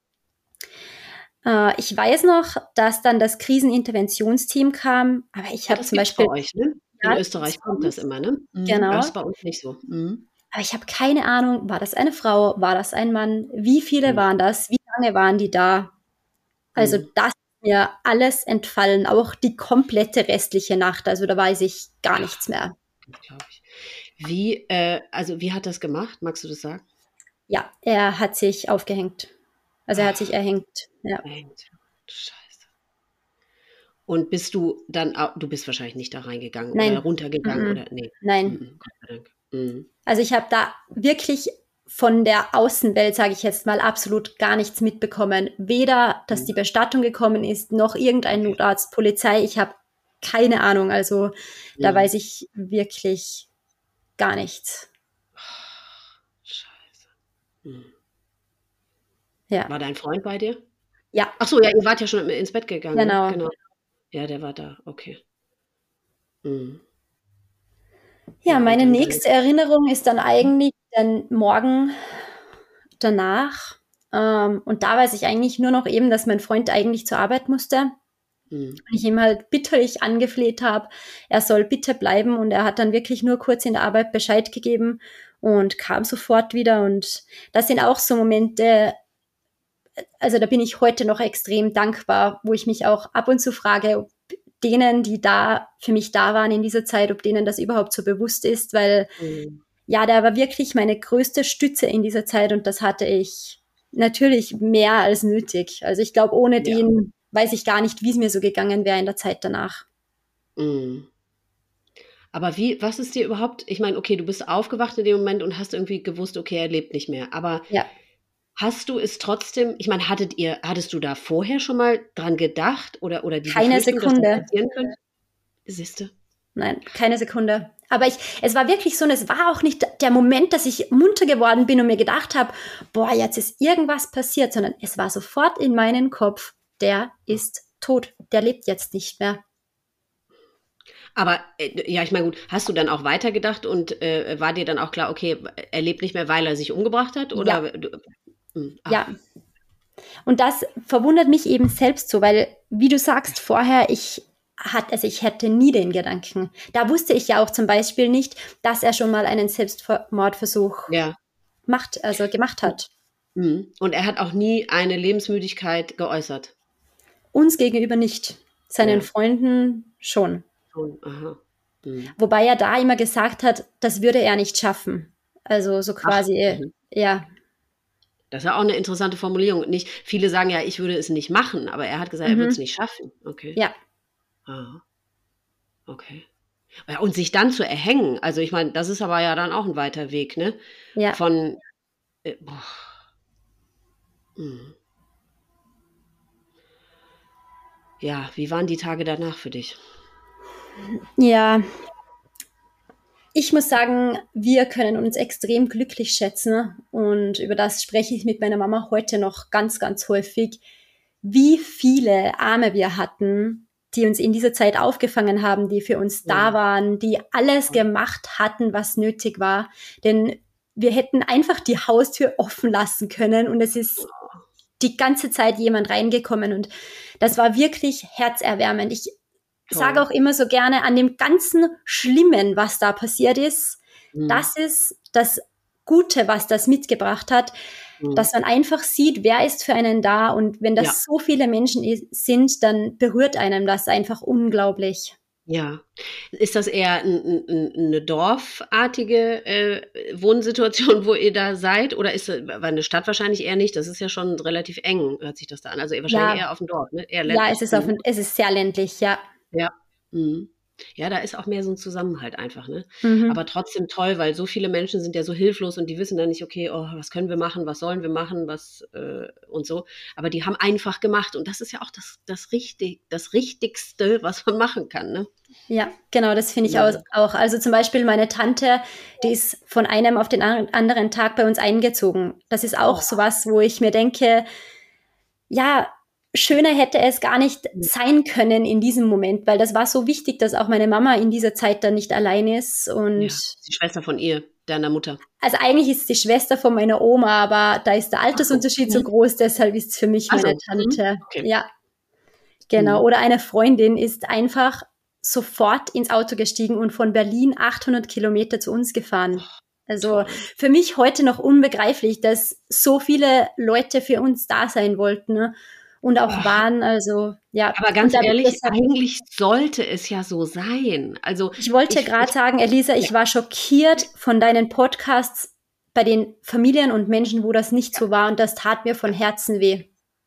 Ja. Ich weiß noch, dass dann das Kriseninterventionsteam kam, aber ich habe zum Beispiel... bei euch, ne? In Österreich kommt das immer, ne? Genau. Das ist bei uns nicht so. Aber ich habe keine Ahnung, war das eine Frau, war das ein Mann, wie viele waren das, wie lange waren die da? Also das ist mir alles entfallen, auch die komplette restliche Nacht, also da weiß ich gar nichts mehr. Glaube ich. Wie hat das gemacht? Magst du das sagen? Ja, er hat sich aufgehängt. Also er hat sich erhängt. Ja. Scheiße. Und bist du dann, du bist wahrscheinlich nicht da reingegangen Nein. oder runtergegangen oder, nee. Nein. Gott sei Dank. Also ich habe da wirklich von der Außenwelt, sage ich jetzt mal, absolut gar nichts mitbekommen. Weder, dass die Bestattung gekommen ist, noch irgendein Notarzt, Polizei. Ich habe keine Ahnung. Also da weiß ich wirklich gar nichts. Scheiße. Ja. War dein Freund bei dir? Ja. Ach so, ja, ihr wart ja schon ins Bett gegangen. Genau. Genau. Ja, der war da. Okay. Ja, meine nächste Erinnerung ist dann eigentlich der Morgen danach. Und da weiß ich eigentlich nur noch eben, dass mein Freund eigentlich zur Arbeit musste. Und ich ihm halt bitterlich angefleht habe, er soll bitte bleiben. Und er hat dann wirklich nur kurz in der Arbeit Bescheid gegeben und kam sofort wieder. Und das sind auch so Momente, also da bin ich heute noch extrem dankbar, wo ich mich auch ab und zu frage, ob denen, die da für mich da waren in dieser Zeit, ob denen das überhaupt so bewusst ist, weil ja, der war wirklich meine größte Stütze in dieser Zeit und das hatte ich natürlich mehr als nötig. Also ich glaube, ohne den weiß ich gar nicht, wie es mir so gegangen wäre in der Zeit danach. Aber was ist dir überhaupt, ich meine, okay, du bist aufgewacht in dem Moment und hast irgendwie gewusst, okay, er lebt nicht mehr, aber hast du es trotzdem, ich meine, hattest du da vorher schon mal dran gedacht oder die keine Befürchtung, Sekunde. dass das passieren könnte? Siehst du? Nein, keine Sekunde. Aber es war wirklich so, und es war auch nicht der Moment, dass ich munter geworden bin und mir gedacht habe, boah, jetzt ist irgendwas passiert, sondern es war sofort in meinem Kopf, der ist tot, der lebt jetzt nicht mehr. Aber ja, ich meine, gut, hast du dann auch weitergedacht und war dir dann auch klar, okay, er lebt nicht mehr, weil er sich umgebracht hat? Oder? Ja. Und das verwundert mich eben selbst so, weil, wie du sagst vorher, ich hätte nie den Gedanken. Da wusste ich ja auch zum Beispiel nicht, dass er schon mal einen Selbstmordversuch gemacht hat. Und er hat auch nie eine Lebensmüdigkeit geäußert? Uns gegenüber nicht, seinen Freunden schon. Aha. Wobei er da immer gesagt hat, das würde er nicht schaffen. Also so quasi, ja. Das ist ja auch eine interessante Formulierung. Nicht, viele sagen ja, ich würde es nicht machen, aber er hat gesagt, er würde es nicht schaffen. Okay. Ja. Aha. Okay. Ja, und sich dann zu erhängen, also ich meine, das ist aber ja dann auch ein weiter Weg, ne? Ja. Von Ja, wie waren die Tage danach für dich? Ja, ich muss sagen, wir können uns extrem glücklich schätzen und über das spreche ich mit meiner Mama heute noch ganz, ganz häufig, wie viele Arme wir hatten, die uns in dieser Zeit aufgefangen haben, die für uns da waren, die alles gemacht hatten, was nötig war. Denn wir hätten einfach die Haustür offen lassen können und es ist die ganze Zeit jemand reingekommen und das war wirklich herzerwärmend. Ich sage auch immer so gerne, an dem ganzen Schlimmen, was da passiert ist, das ist das Gute, was das mitgebracht hat, dass man einfach sieht, wer ist für einen da und wenn das so viele Menschen sind, dann berührt einem das einfach unglaublich. Ja. Ist das eher eine dorfartige Wohnsituation, wo ihr da seid? Oder weil eine Stadt wahrscheinlich eher nicht? Das ist ja schon relativ eng, hört sich das da an. Also wahrscheinlich eher auf dem Dorf, ne? Eher ländlich. Ja, es ist sehr ländlich, ja. Ja. Ja, da ist auch mehr so ein Zusammenhalt einfach, ne? Aber trotzdem toll, weil so viele Menschen sind ja so hilflos und die wissen dann nicht, okay, oh, was können wir machen, was sollen wir machen, und so. Aber die haben einfach gemacht und das ist ja auch das Richtigste, was man machen kann, ne? Ja, genau, das finde ich auch. Also zum Beispiel meine Tante, die ist von einem auf den anderen Tag bei uns eingezogen. Das ist auch sowas, wo ich mir denke, ja, schöner hätte es gar nicht sein können in diesem Moment, weil das war so wichtig, dass auch meine Mama in dieser Zeit dann nicht allein ist. Und die Schwester von ihr, deiner Mutter. Also eigentlich ist es die Schwester von meiner Oma, aber da ist der Altersunterschied so groß, deshalb ist es für mich meine Tante. Okay. Ja, genau. Oder eine Freundin ist einfach sofort ins Auto gestiegen und von Berlin 800 Kilometer zu uns gefahren. Also für mich heute noch unbegreiflich, dass so viele Leute für uns da sein wollten, ne? Und auch waren, also ja. Aber ganz ehrlich, eigentlich sollte es ja so sein. Also ich wollte gerade sagen, Elisa, ich war schockiert von deinen Podcasts bei den Familien und Menschen, wo das nicht so war und das tat mir von Herzen weh.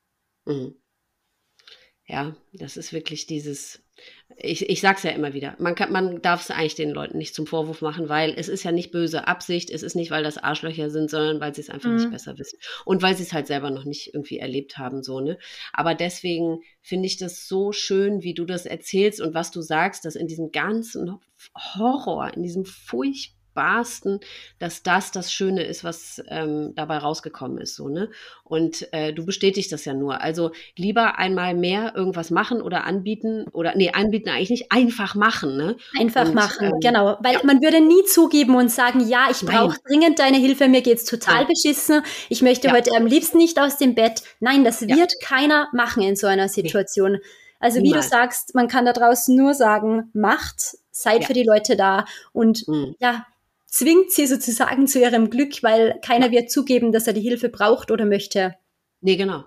Ja, das ist wirklich dieses, ich sag's ja immer wieder, man darf es eigentlich den Leuten nicht zum Vorwurf machen, weil es ist ja nicht böse Absicht, es ist nicht, weil das Arschlöcher sind, sondern weil sie es einfach nicht besser wissen und weil sie es halt selber noch nicht irgendwie erlebt haben, so, ne? Aber deswegen finde ich das so schön, wie du das erzählst und was du sagst, dass in diesem ganzen Horror, in diesem furchtbarsten, dass das Schöne ist, was dabei rausgekommen ist, so, ne? Und du bestätigst das ja nur. Also lieber einmal mehr irgendwas machen oder anbieten anbieten eigentlich nicht, einfach machen, ne? Einfach machen, genau. Weil man würde nie zugeben und sagen, ja, ich brauche dringend deine Hilfe, mir geht's total beschissen, ich möchte heute am liebsten nicht aus dem Bett. Nein, das wird keiner machen in so einer Situation. Nee. Also wie du sagst, man kann da draußen nur sagen, macht, seid für die Leute da und zwingt sie sozusagen zu ihrem Glück, weil keiner wird zugeben, dass er die Hilfe braucht oder möchte. Nee, genau.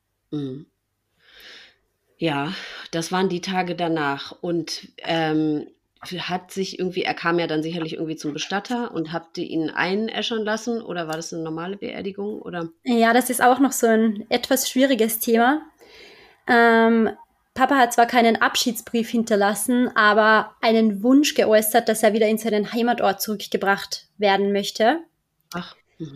Ja, das waren die Tage danach und er kam ja dann sicherlich irgendwie zum Bestatter und habt ihr ihn einäschern lassen oder war das eine normale Beerdigung? Oder? Ja, das ist auch noch so ein etwas schwieriges Thema. Papa hat zwar keinen Abschiedsbrief hinterlassen, aber einen Wunsch geäußert, dass er wieder in seinen Heimatort zurückgebracht werden möchte. Ach.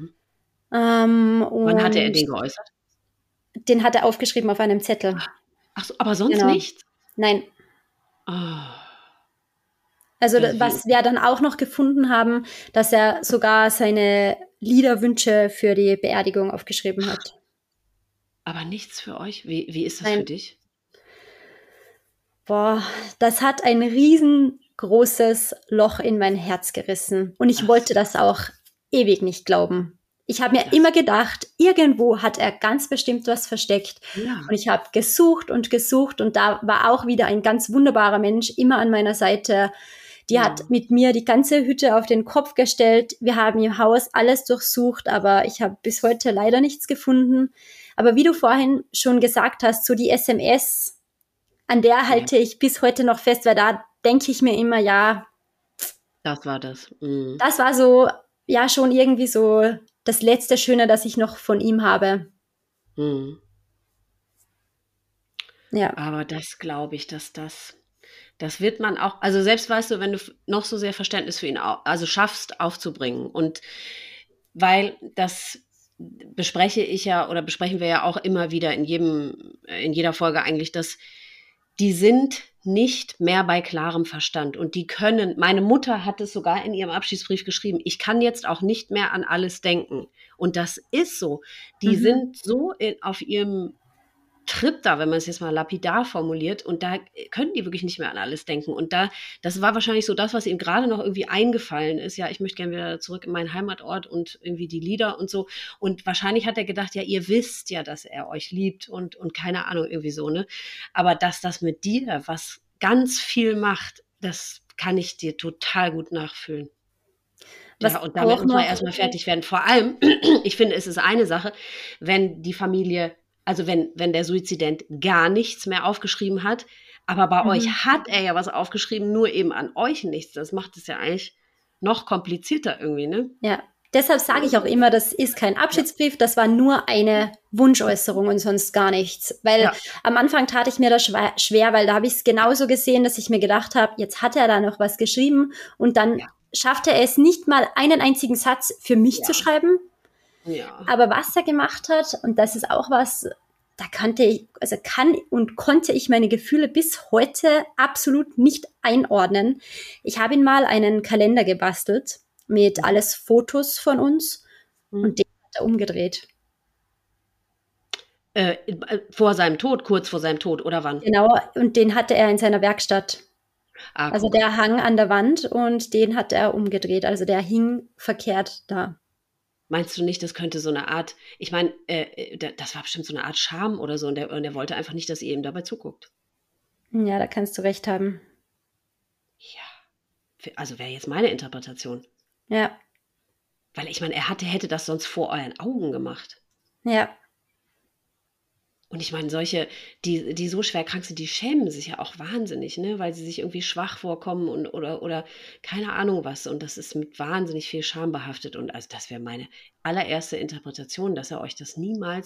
Wann hatte er den geäußert? Den hat er aufgeschrieben auf einem Zettel. Ach so, aber sonst nichts? Nein. Oh. Also was wir dann auch noch gefunden haben, dass er sogar seine Liederwünsche für die Beerdigung aufgeschrieben hat. Aber nichts für euch? Wie ist das Nein. für dich? Boah, das hat ein riesengroßes Loch in mein Herz gerissen. Und ich wollte das auch ewig nicht glauben. Ich habe mir immer gedacht, irgendwo hat er ganz bestimmt was versteckt. Ja. Und ich habe gesucht und da war auch wieder ein ganz wunderbarer Mensch immer an meiner Seite. Die hat mit mir die ganze Hütte auf den Kopf gestellt. Wir haben im Haus alles durchsucht, aber ich habe bis heute leider nichts gefunden. Aber wie du vorhin schon gesagt hast, so die SMS, an der halte ich bis heute noch fest, weil da denke ich mir immer, ja. Das war das. Mhm. Das war so, ja, schon irgendwie so das letzte Schöne, das ich noch von ihm habe. Mhm. Ja. Aber das glaube ich, dass das wird man auch, also selbst weißt du, wenn du noch so sehr Verständnis für ihn also schaffst aufzubringen und weil das besprechen wir ja auch immer wieder in jeder Folge eigentlich, dass die sind nicht mehr bei klarem Verstand und die können, meine Mutter hat es sogar in ihrem Abschiedsbrief geschrieben, ich kann jetzt auch nicht mehr an alles denken. Und das ist so. Die sind so auf ihrem Trip da, wenn man es jetzt mal lapidar formuliert, und da können die wirklich nicht mehr an alles denken. Und das war wahrscheinlich so das, was ihm gerade noch irgendwie eingefallen ist. Ja, ich möchte gerne wieder zurück in meinen Heimatort und irgendwie die Lieder und so. Und wahrscheinlich hat er gedacht, ja, ihr wisst ja, dass er euch liebt und keine Ahnung, irgendwie so, ne? Aber dass das mit dir was ganz viel macht, das kann ich dir total gut nachfühlen. Ja, und damit muss man erstmal fertig werden. Vor allem, ich finde, es ist eine Sache, wenn die Familie, also wenn der Suizident gar nichts mehr aufgeschrieben hat, aber bei euch hat er ja was aufgeschrieben, nur eben an euch nichts. Das macht es ja eigentlich noch komplizierter irgendwie, ne? Ja, deshalb sage ich auch immer, das ist kein Abschiedsbrief, das war nur eine Wunschäußerung und sonst gar nichts. Weil am Anfang tat ich mir das schwer, weil da habe ich es genauso gesehen, dass ich mir gedacht habe, jetzt hat er da noch was geschrieben und dann schaffte er es nicht mal, einen einzigen Satz für mich zu schreiben. Ja. Aber was er gemacht hat, und das ist auch was, da konnte ich meine Gefühle bis heute absolut nicht einordnen. Ich habe ihm mal einen Kalender gebastelt mit alles Fotos von uns und den hat er umgedreht. Vor seinem Tod, kurz vor seinem Tod, oder wann? Genau, und den hatte er in seiner Werkstatt. Also der hang an der Wand und den hat er umgedreht. Also der hing verkehrt da. Meinst du nicht, das könnte so eine Art, ich meine, das war bestimmt so eine Art Scham oder so und er wollte einfach nicht, dass ihr ihm dabei zuguckt. Ja, da kannst du recht haben. Ja, also wäre jetzt meine Interpretation. Ja. Weil ich meine, hätte das sonst vor euren Augen gemacht. Ja. Und ich meine, solche, die so schwer krank sind, die schämen sich ja auch wahnsinnig, ne? Weil sie sich irgendwie schwach vorkommen oder keine Ahnung was. Und das ist mit wahnsinnig viel Scham behaftet. Und also das wäre meine allererste Interpretation, dass er euch das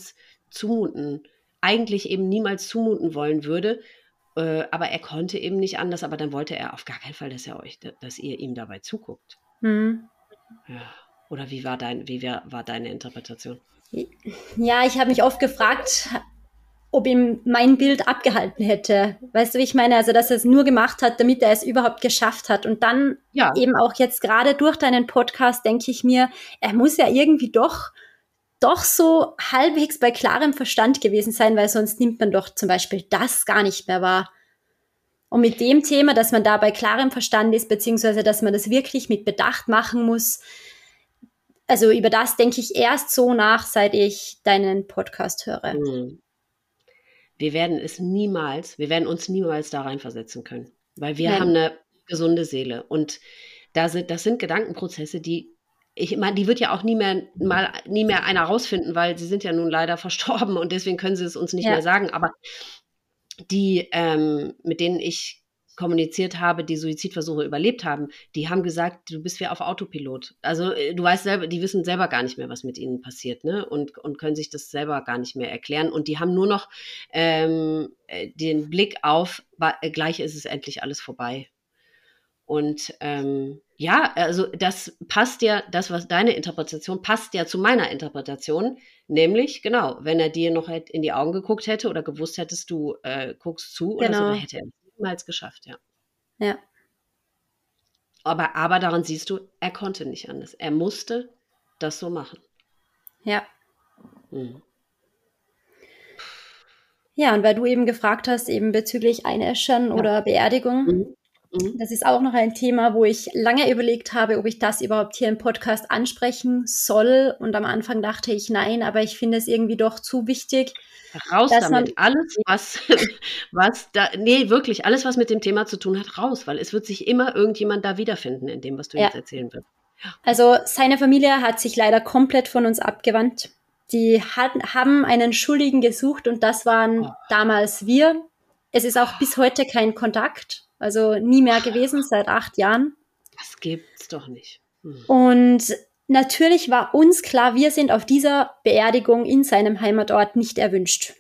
eigentlich eben niemals zumuten wollen würde. Aber er konnte eben nicht anders. Aber dann wollte er auf gar keinen Fall, dass ihr ihm dabei zuguckt. Ja. Oder wie war deine Interpretation? Ja, ich habe mich oft gefragt, ob ihm mein Bild abgehalten hätte. Weißt du, wie ich meine? Also, dass er es nur gemacht hat, damit er es überhaupt geschafft hat. Und dann eben auch jetzt gerade durch deinen Podcast denke ich mir, er muss ja irgendwie doch so halbwegs bei klarem Verstand gewesen sein, weil sonst nimmt man doch zum Beispiel das gar nicht mehr wahr. Und mit dem Thema, dass man da bei klarem Verstand ist, beziehungsweise dass man das wirklich mit Bedacht machen muss, also über das denke ich erst so nach, seit ich deinen Podcast höre. Wir werden uns niemals da reinversetzen können, weil wir haben eine gesunde Seele und das sind Gedankenprozesse, die wird ja auch nie mehr einer rausfinden, weil sie sind ja nun leider verstorben und deswegen können sie es uns nicht mehr sagen, aber die, mit denen ich kommuniziert habe, die Suizidversuche überlebt haben, die haben gesagt, du bist wie auf Autopilot. Also du weißt selber, die wissen selber gar nicht mehr, was mit ihnen passiert, ne? Und können sich das selber gar nicht mehr erklären. Und die haben nur noch den Blick auf, gleich ist es endlich alles vorbei. Und also das passt ja, was deine Interpretation passt ja zu meiner Interpretation, nämlich, genau, wenn er dir noch in die Augen geguckt hätte oder gewusst hättest, du guckst zu oder so, dann hätte er es niemals geschafft, ja. Ja. Aber daran siehst du, er konnte nicht anders. Er musste das so machen. Ja. Mhm. Ja, und weil du eben gefragt hast, eben bezüglich Einäschern oder Beerdigung, Mhm. Mhm. das ist auch noch ein Thema, wo ich lange überlegt habe, ob ich das überhaupt hier im Podcast ansprechen soll. Und am Anfang dachte ich nein, aber ich finde es irgendwie doch zu wichtig, Raus dass man, damit. Alles, wirklich, alles, was mit dem Thema zu tun hat, raus, weil es wird sich immer irgendjemand da wiederfinden in dem, was du ja, jetzt erzählen wirst. also seine Familie hat sich leider komplett von uns abgewandt. Die haben einen Schuldigen gesucht und das waren Oh, damals wir. Es ist auch bis heute kein Kontakt, also nie mehr gewesen, seit 8 Jahren. das gibt's doch nicht. Und natürlich war uns klar, wir sind auf dieser Beerdigung in seinem Heimatort nicht erwünscht.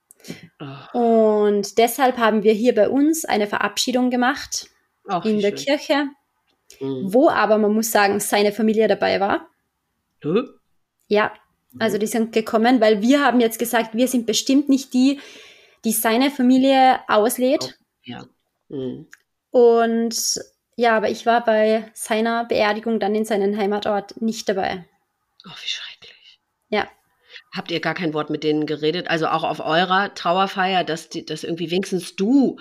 Oh, Und deshalb haben wir hier bei uns eine Verabschiedung gemacht ach, wie in der schön. Kirche, Mhm. wo aber, man muss sagen, seine Familie dabei war. Hä? Ja, also die sind gekommen, weil wir haben jetzt gesagt, wir sind bestimmt nicht die, die seine Familie auslädt. Ja. Mhm. Und ja, aber ich war bei seiner Beerdigung dann in seinem Heimatort nicht dabei. Ach, wie schrecklich. Ja, Habt ihr gar kein Wort mit denen geredet? Also auch auf eurer Trauerfeier, dass irgendwie wenigstens du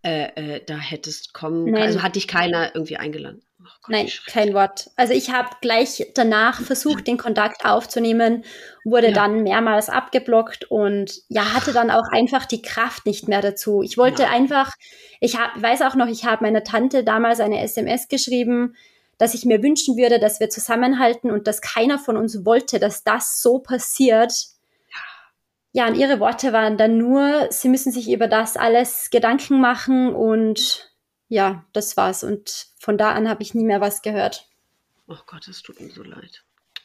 da hättest kommen können? Also nein, hat dich keiner irgendwie eingeladen? Ach Gott, wie nein, kein schrecklich. Wort. Also ich habe gleich danach versucht, den Kontakt aufzunehmen, wurde Ja. dann mehrmals abgeblockt und ja, hatte dann auch einfach die Kraft nicht mehr dazu. Ich wollte Nein. einfach, weiß auch noch, ich habe meiner Tante damals eine SMS geschrieben, dass ich mir wünschen würde, dass wir zusammenhalten und dass keiner von uns wollte, dass das so passiert. Ja, und ihre Worte waren dann nur, sie müssen sich über das alles Gedanken machen und ja, das war's. Und von da an habe ich nie mehr was gehört. Oh Gott, es tut mir so leid.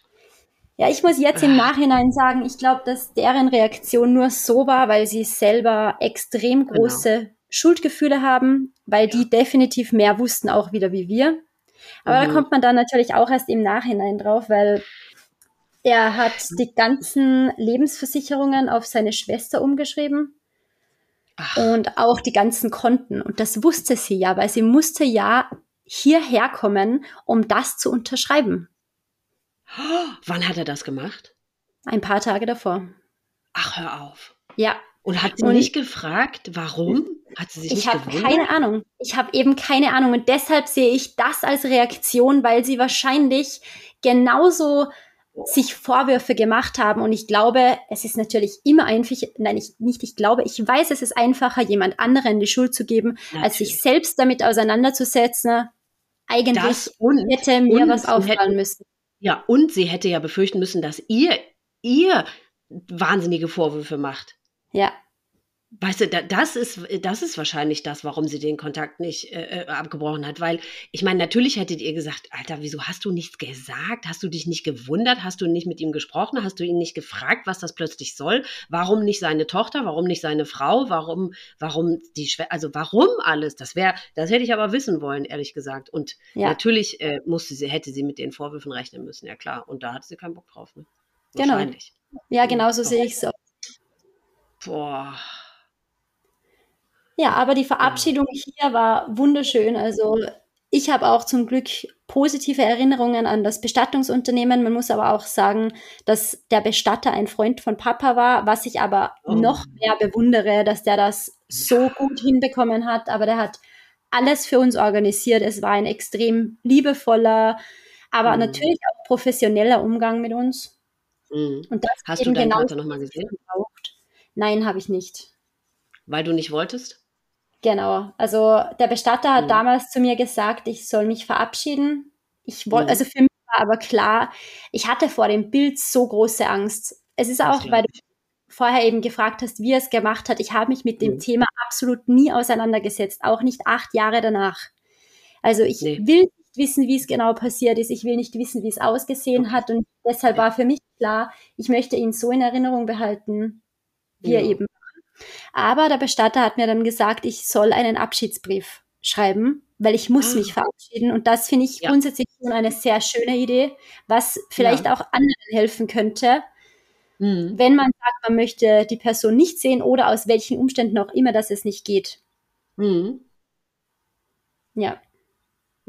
Ja, ich muss jetzt im Nachhinein sagen, ich glaube, dass deren Reaktion nur so war, weil sie selber extrem Genau. große Schuldgefühle haben, weil Ja. die definitiv mehr wussten auch wieder wie wir. Aber da Mhm. kommt man dann natürlich auch erst im Nachhinein drauf, weil er hat die ganzen Lebensversicherungen auf seine Schwester umgeschrieben Ach, und auch die ganzen Konten. Und das wusste sie ja, weil sie musste ja hierher kommen, um das zu unterschreiben. wann hat er das gemacht? Ein paar Tage davor. Ach, hör auf. Ja. Und hat sie Und nicht gefragt, warum? Hat sie sich ich nicht habe gewundert? keine Ahnung. Ich habe eben keine Ahnung. Und deshalb sehe ich das als Reaktion, weil sie wahrscheinlich genauso sich Vorwürfe gemacht haben. Und ich glaube, es ist natürlich immer einfach, nein, ich glaube, ich weiß, es ist einfacher, jemand anderen die Schuld zu geben, als sich Natürlich. selbst damit auseinanderzusetzen. Das Eigentlich und, hätte mir und was sie auffallen hätten, müssen. ja, und sie hätte ja befürchten müssen, dass ihr wahnsinnige Vorwürfe macht. Ja, Weißt du, das ist wahrscheinlich das, warum sie den Kontakt nicht abgebrochen hat. Weil, ich meine, natürlich hättet ihr gesagt, Alter, wieso hast du nichts gesagt? Hast du dich nicht gewundert? Hast du nicht mit ihm gesprochen? Hast du ihn nicht gefragt, was das plötzlich soll? Warum nicht seine Tochter? Warum nicht seine Frau? Warum die Schwester? Also warum alles? Das hätte ich aber wissen wollen, ehrlich gesagt. Und ja, natürlich hätte sie mit den Vorwürfen rechnen müssen, ja klar. Und da hatte sie keinen Bock drauf, ne? genau. Wahrscheinlich. Ja, genau so Oh, sehe ich es. boah. Ja, aber die Ja. Verabschiedung hier war wunderschön. Also ich habe auch zum Glück positive Erinnerungen an das Bestattungsunternehmen. Man muss aber auch sagen, dass der Bestatter ein Freund von Papa war, was ich aber Oh. noch mehr bewundere, dass der das so gut hinbekommen hat. Aber der hat alles für uns organisiert. Es war ein extrem liebevoller, aber Mhm. natürlich auch professioneller Umgang mit uns. Mhm. Und das ist Hast du eben deinen genau Vater das, noch mal was es gesehen? braucht. Nein, habe ich nicht. Weil du nicht wolltest? Genau. Also der Bestatter hat Mhm. damals zu mir gesagt, ich soll mich verabschieden. Also Mhm. für mich war aber klar, ich hatte vor dem Bild so große Angst. Es ist Das auch, weil glaube du ich. vorher eben gefragt hast, wie er es gemacht hat. Ich habe mich mit dem Mhm. Thema absolut nie auseinandergesetzt, auch nicht 8 Jahre danach. Also ich Ne, will nicht wissen, wie es genau passiert ist. Ich will nicht wissen, wie es ausgesehen okay. hat. Und deshalb Ja. war für mich klar, ich möchte ihn so in Erinnerung behalten, wie er Ja. eben. Aber der Bestatter hat mir dann gesagt, ich soll einen Abschiedsbrief schreiben, weil ich muss mich Ah, verabschieden. Und das finde ich ja, grundsätzlich schon eine sehr schöne Idee, was vielleicht ja. auch anderen helfen könnte, Mhm. wenn man sagt, man möchte die Person nicht sehen oder aus welchen Umständen auch immer, dass es nicht geht. Mhm. Ja,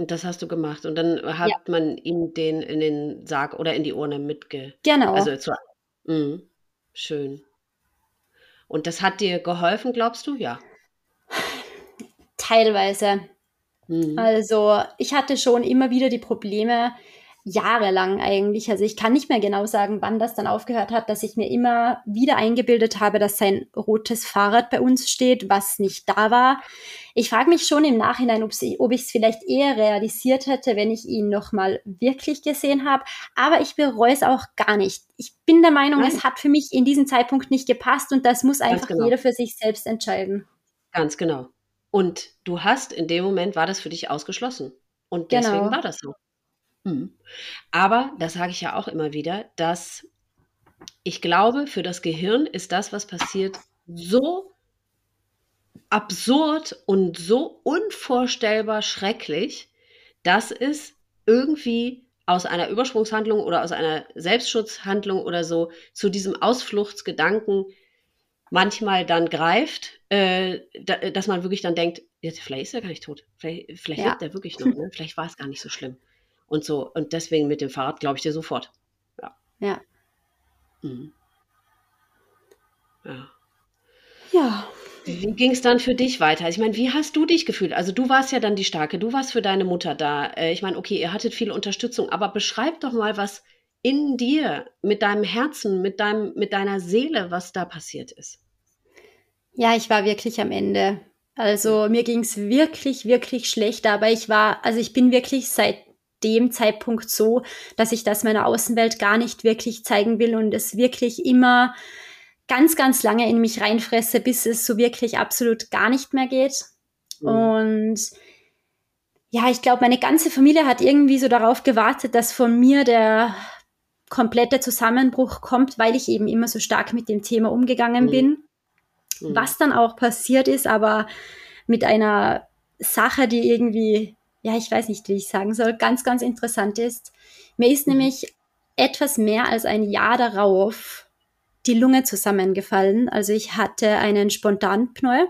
Und das hast du gemacht. Und dann Ja, hat man ihm den in den Sarg oder in die Urne genau. also mhm. Schön. Und das hat dir geholfen, glaubst du? Ja. Teilweise. Mhm. Also ich hatte schon immer wieder die Probleme, jahrelang eigentlich. Also ich kann nicht mehr genau sagen, wann das dann aufgehört hat, dass ich mir immer wieder eingebildet habe, dass sein rotes Fahrrad bei uns steht, was nicht da war. Ich frage mich schon im Nachhinein, ob ich es vielleicht eher realisiert hätte, wenn ich ihn nochmal wirklich gesehen habe. Aber ich bereue es auch gar nicht. Ich bin der Meinung, Nein, es hat für mich in diesem Zeitpunkt nicht gepasst und das muss ganz einfach genau. jeder für sich selbst entscheiden. Ganz genau. Und du hast in dem Moment war das für dich ausgeschlossen. Und deswegen Genau. war das so. Mhm. Aber, das sage ich ja auch immer wieder, dass ich glaube, für das Gehirn ist das, was passiert, so absurd und so unvorstellbar schrecklich, dass es irgendwie aus einer Übersprungshandlung oder aus einer Selbstschutzhandlung oder so zu diesem Ausfluchtsgedanken manchmal dann greift, dass man wirklich dann denkt, jetzt, vielleicht ist er gar nicht tot, vielleicht Ja. lebt er wirklich noch, ne? Vielleicht war es gar nicht so schlimm. Und so, und deswegen mit dem Fahrrad glaube ich dir sofort. Ja. Ja. Mhm. Ja. Ja. Wie ging es dann für dich weiter? Ich meine, wie hast du dich gefühlt? Also du warst ja dann die Starke, du warst für deine Mutter da. Ich meine, okay, ihr hattet viel Unterstützung, aber beschreib doch mal, was in dir, mit deinem Herzen, mit deiner Seele, was da passiert ist. Ja, ich war wirklich am Ende. Ja. Also mir ging's wirklich, wirklich schlecht, aber ich bin wirklich seit dem Zeitpunkt so, dass ich das meiner Außenwelt gar nicht wirklich zeigen will und es wirklich immer ganz, ganz lange in mich reinfresse, bis es so wirklich absolut gar nicht mehr geht. Mhm. Und ja, ich glaube, meine ganze Familie hat irgendwie so darauf gewartet, dass von mir der komplette Zusammenbruch kommt, weil ich eben immer so stark mit dem Thema umgegangen Mhm. bin. Mhm. Was dann auch passiert ist, aber mit einer Sache, die irgendwie, ja, ich weiß nicht, wie ich sagen soll, ganz, ganz interessant ist. Mir ist Mhm. nämlich etwas mehr als ein Jahr darauf die Lunge zusammengefallen. Also ich hatte einen Spontanpneu.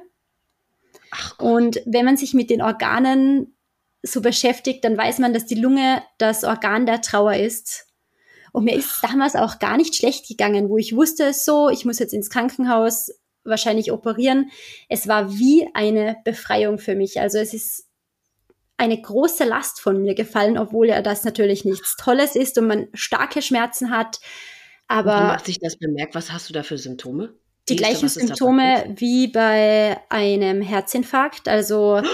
Ach Gott. Und wenn man sich mit den Organen so beschäftigt, dann weiß man, dass die Lunge das Organ der Trauer ist. Und mir ist damals auch gar nicht schlecht gegangen, wo ich wusste es so, ich muss jetzt ins Krankenhaus wahrscheinlich operieren. Es war wie eine Befreiung für mich. Also es ist eine große Last von mir gefallen, obwohl ja das natürlich nichts Tolles ist und man starke Schmerzen hat. Wie Aber macht sich das bemerkt? Was hast du da für Symptome? die gleichen Was ist da passiert? Symptome wie bei einem Herzinfarkt. Also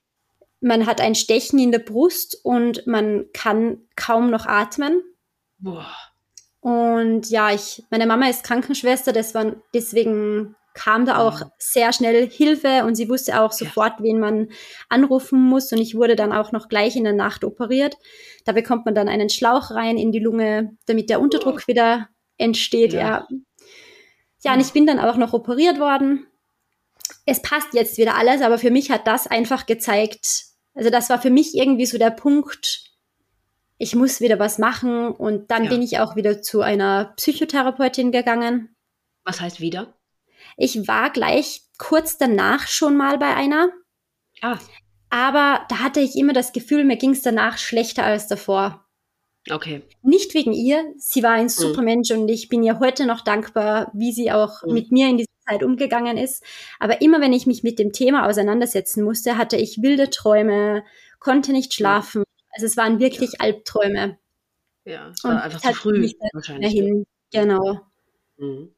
man hat ein Stechen in der Brust und man kann kaum noch atmen. Boah. Und ja, meine Mama ist Krankenschwester, deswegen kam da auch Wow. sehr schnell Hilfe und sie wusste auch Ja. sofort, wen man anrufen muss. Und ich wurde dann auch noch gleich in der Nacht operiert. Da bekommt man dann einen Schlauch rein in die Lunge, damit der Oh. Unterdruck wieder entsteht. Ja. Ja, ja, und ich Oh. bin dann auch noch operiert worden. Es passt jetzt wieder alles, aber für mich hat das einfach gezeigt, also das war für mich irgendwie so der Punkt, ich muss wieder was machen und dann bin Ja. ich auch wieder zu einer Psychotherapeutin gegangen. Was heißt wieder? Ich war gleich kurz danach schon mal bei einer, Ah, aber da hatte ich immer das Gefühl, mir ging es danach schlechter als davor. okay. Nicht wegen ihr, sie war ein Mhm. super Mensch und ich bin ihr heute noch dankbar, wie sie auch Mhm. mit mir in dieser Zeit umgegangen ist. Aber immer wenn ich mich mit dem Thema auseinandersetzen musste, hatte ich wilde Träume, konnte nicht Ja. schlafen. Also es waren Ja. wirklich Albträume. Ja. Es war Und einfach zu deshalb bin früh ich da nicht mehr wahrscheinlich, ne? hin. Genau. Mhm.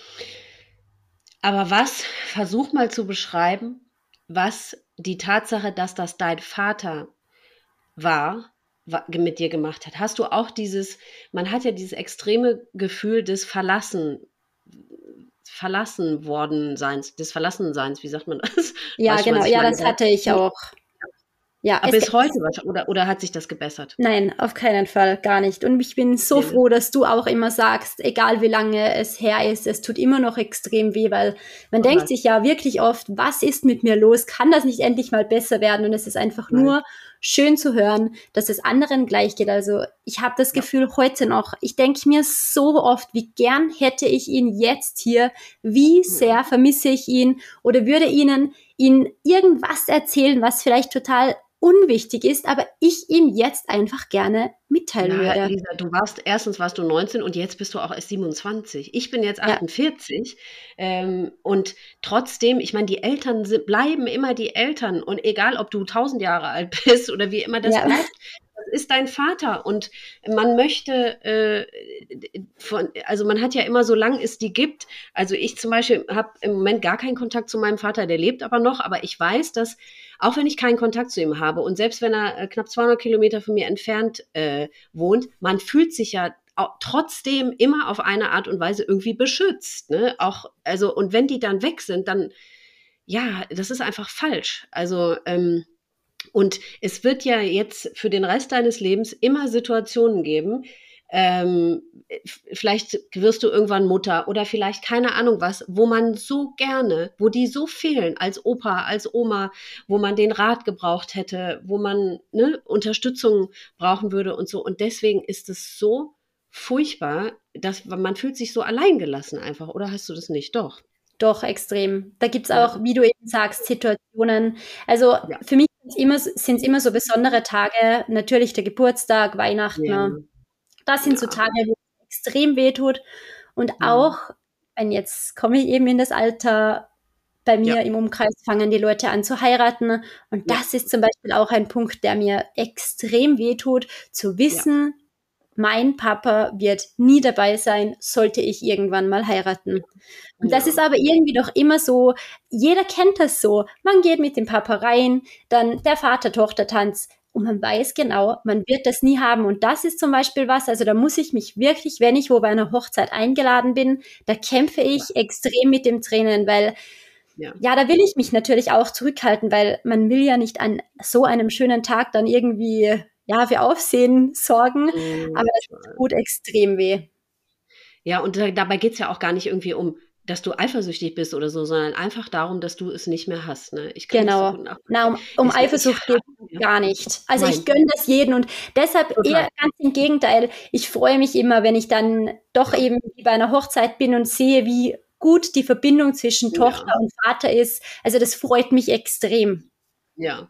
Aber versuch mal zu beschreiben, was die Tatsache, dass das dein Vater war, mit dir gemacht hat. Hast du auch man hat ja dieses extreme Gefühl des verlassen worden Seins, des Verlassenseins, wie sagt man das? Ja, Weißt du, genau. was ich Ja, meine? das hatte ich auch. Ja, Aber bis heute, oder hat sich das gebessert? nein, auf keinen Fall, gar nicht. Und ich bin so Nee, ne? froh, dass du auch immer sagst, egal wie lange es her ist, es tut immer noch extrem weh, weil man denkt Total. sich ja wirklich oft, was ist mit mir los? Kann das nicht endlich mal besser werden? Und es ist einfach Nein. nur schön zu hören, dass es anderen gleich geht. Also ich habe das Ja. Gefühl heute noch, ich denke mir so oft, wie gern hätte ich ihn jetzt hier, wie sehr vermisse ich ihn oder würde ihn irgendwas erzählen, was vielleicht total unwichtig ist, aber ich ihm jetzt einfach gerne mitteilen würde. Lisa, erstens warst du 19 und jetzt bist du auch erst 27. Ich bin jetzt Ja. 48 und trotzdem, ich meine, die Eltern bleiben immer die Eltern und egal, ob du 1000 Jahre alt bist oder wie immer, das bleibt, das ist dein Vater und man möchte also man hat ja immer, solange es die gibt, also ich zum Beispiel habe im Moment gar keinen Kontakt zu meinem Vater, der lebt aber noch, aber ich weiß, dass auch wenn ich keinen Kontakt zu ihm habe und selbst wenn er knapp 200 Kilometer von mir entfernt wohnt, man fühlt sich ja trotzdem immer auf eine Art und Weise irgendwie beschützt, ne? Auch, also, und wenn die dann weg sind, dann, ja, das ist einfach falsch. Also, und es wird ja jetzt für den Rest deines Lebens immer Situationen geben, vielleicht wirst du irgendwann Mutter oder vielleicht keine Ahnung was, wo man so gerne, wo die so fehlen als Opa, als Oma, wo man den Rat gebraucht hätte, wo man Unterstützung brauchen würde und so. Und deswegen ist es so furchtbar, dass man fühlt sich so alleingelassen einfach. Oder hast du das nicht? Doch. Doch, extrem. Da gibt's auch, wie du eben sagst, Situationen. Also für mich sind's immer so besondere Tage. Natürlich der Geburtstag, Weihnachten. Ja. Das sind so Tage, wo es extrem wehtut. Und auch, wenn jetzt komme ich eben in das Alter, bei mir im Umkreis fangen die Leute an zu heiraten. Und das ist zum Beispiel auch ein Punkt, der mir extrem wehtut, zu wissen, mein Papa wird nie dabei sein, sollte ich irgendwann mal heiraten. Und das ist aber irgendwie doch immer so, jeder kennt das so. Man geht mit dem Papa rein, dann der Vater-Tochter-Tanz und man weiß genau, man wird das nie haben. Und das ist zum Beispiel was, also da muss ich mich wirklich, wenn ich wo bei einer Hochzeit eingeladen bin, da kämpfe ich extrem mit dem Tränen, weil da will ich mich natürlich auch zurückhalten, weil man will ja nicht an so einem schönen Tag dann irgendwie für Aufsehen sorgen, aber das tut extrem weh. Ja, und dabei geht's ja auch gar nicht irgendwie um, dass du eifersüchtig bist oder so, sondern einfach darum, dass du es nicht mehr hast. Ne? Ich kann das so gut nachvollziehen. Um Eifersucht geht es gar nicht. Also ich gönne das jedem und deshalb eher ganz im Gegenteil. Ich freue mich immer, wenn ich dann doch eben bei einer Hochzeit bin und sehe, wie gut die Verbindung zwischen Tochter und Vater ist. Also das freut mich extrem. Ja.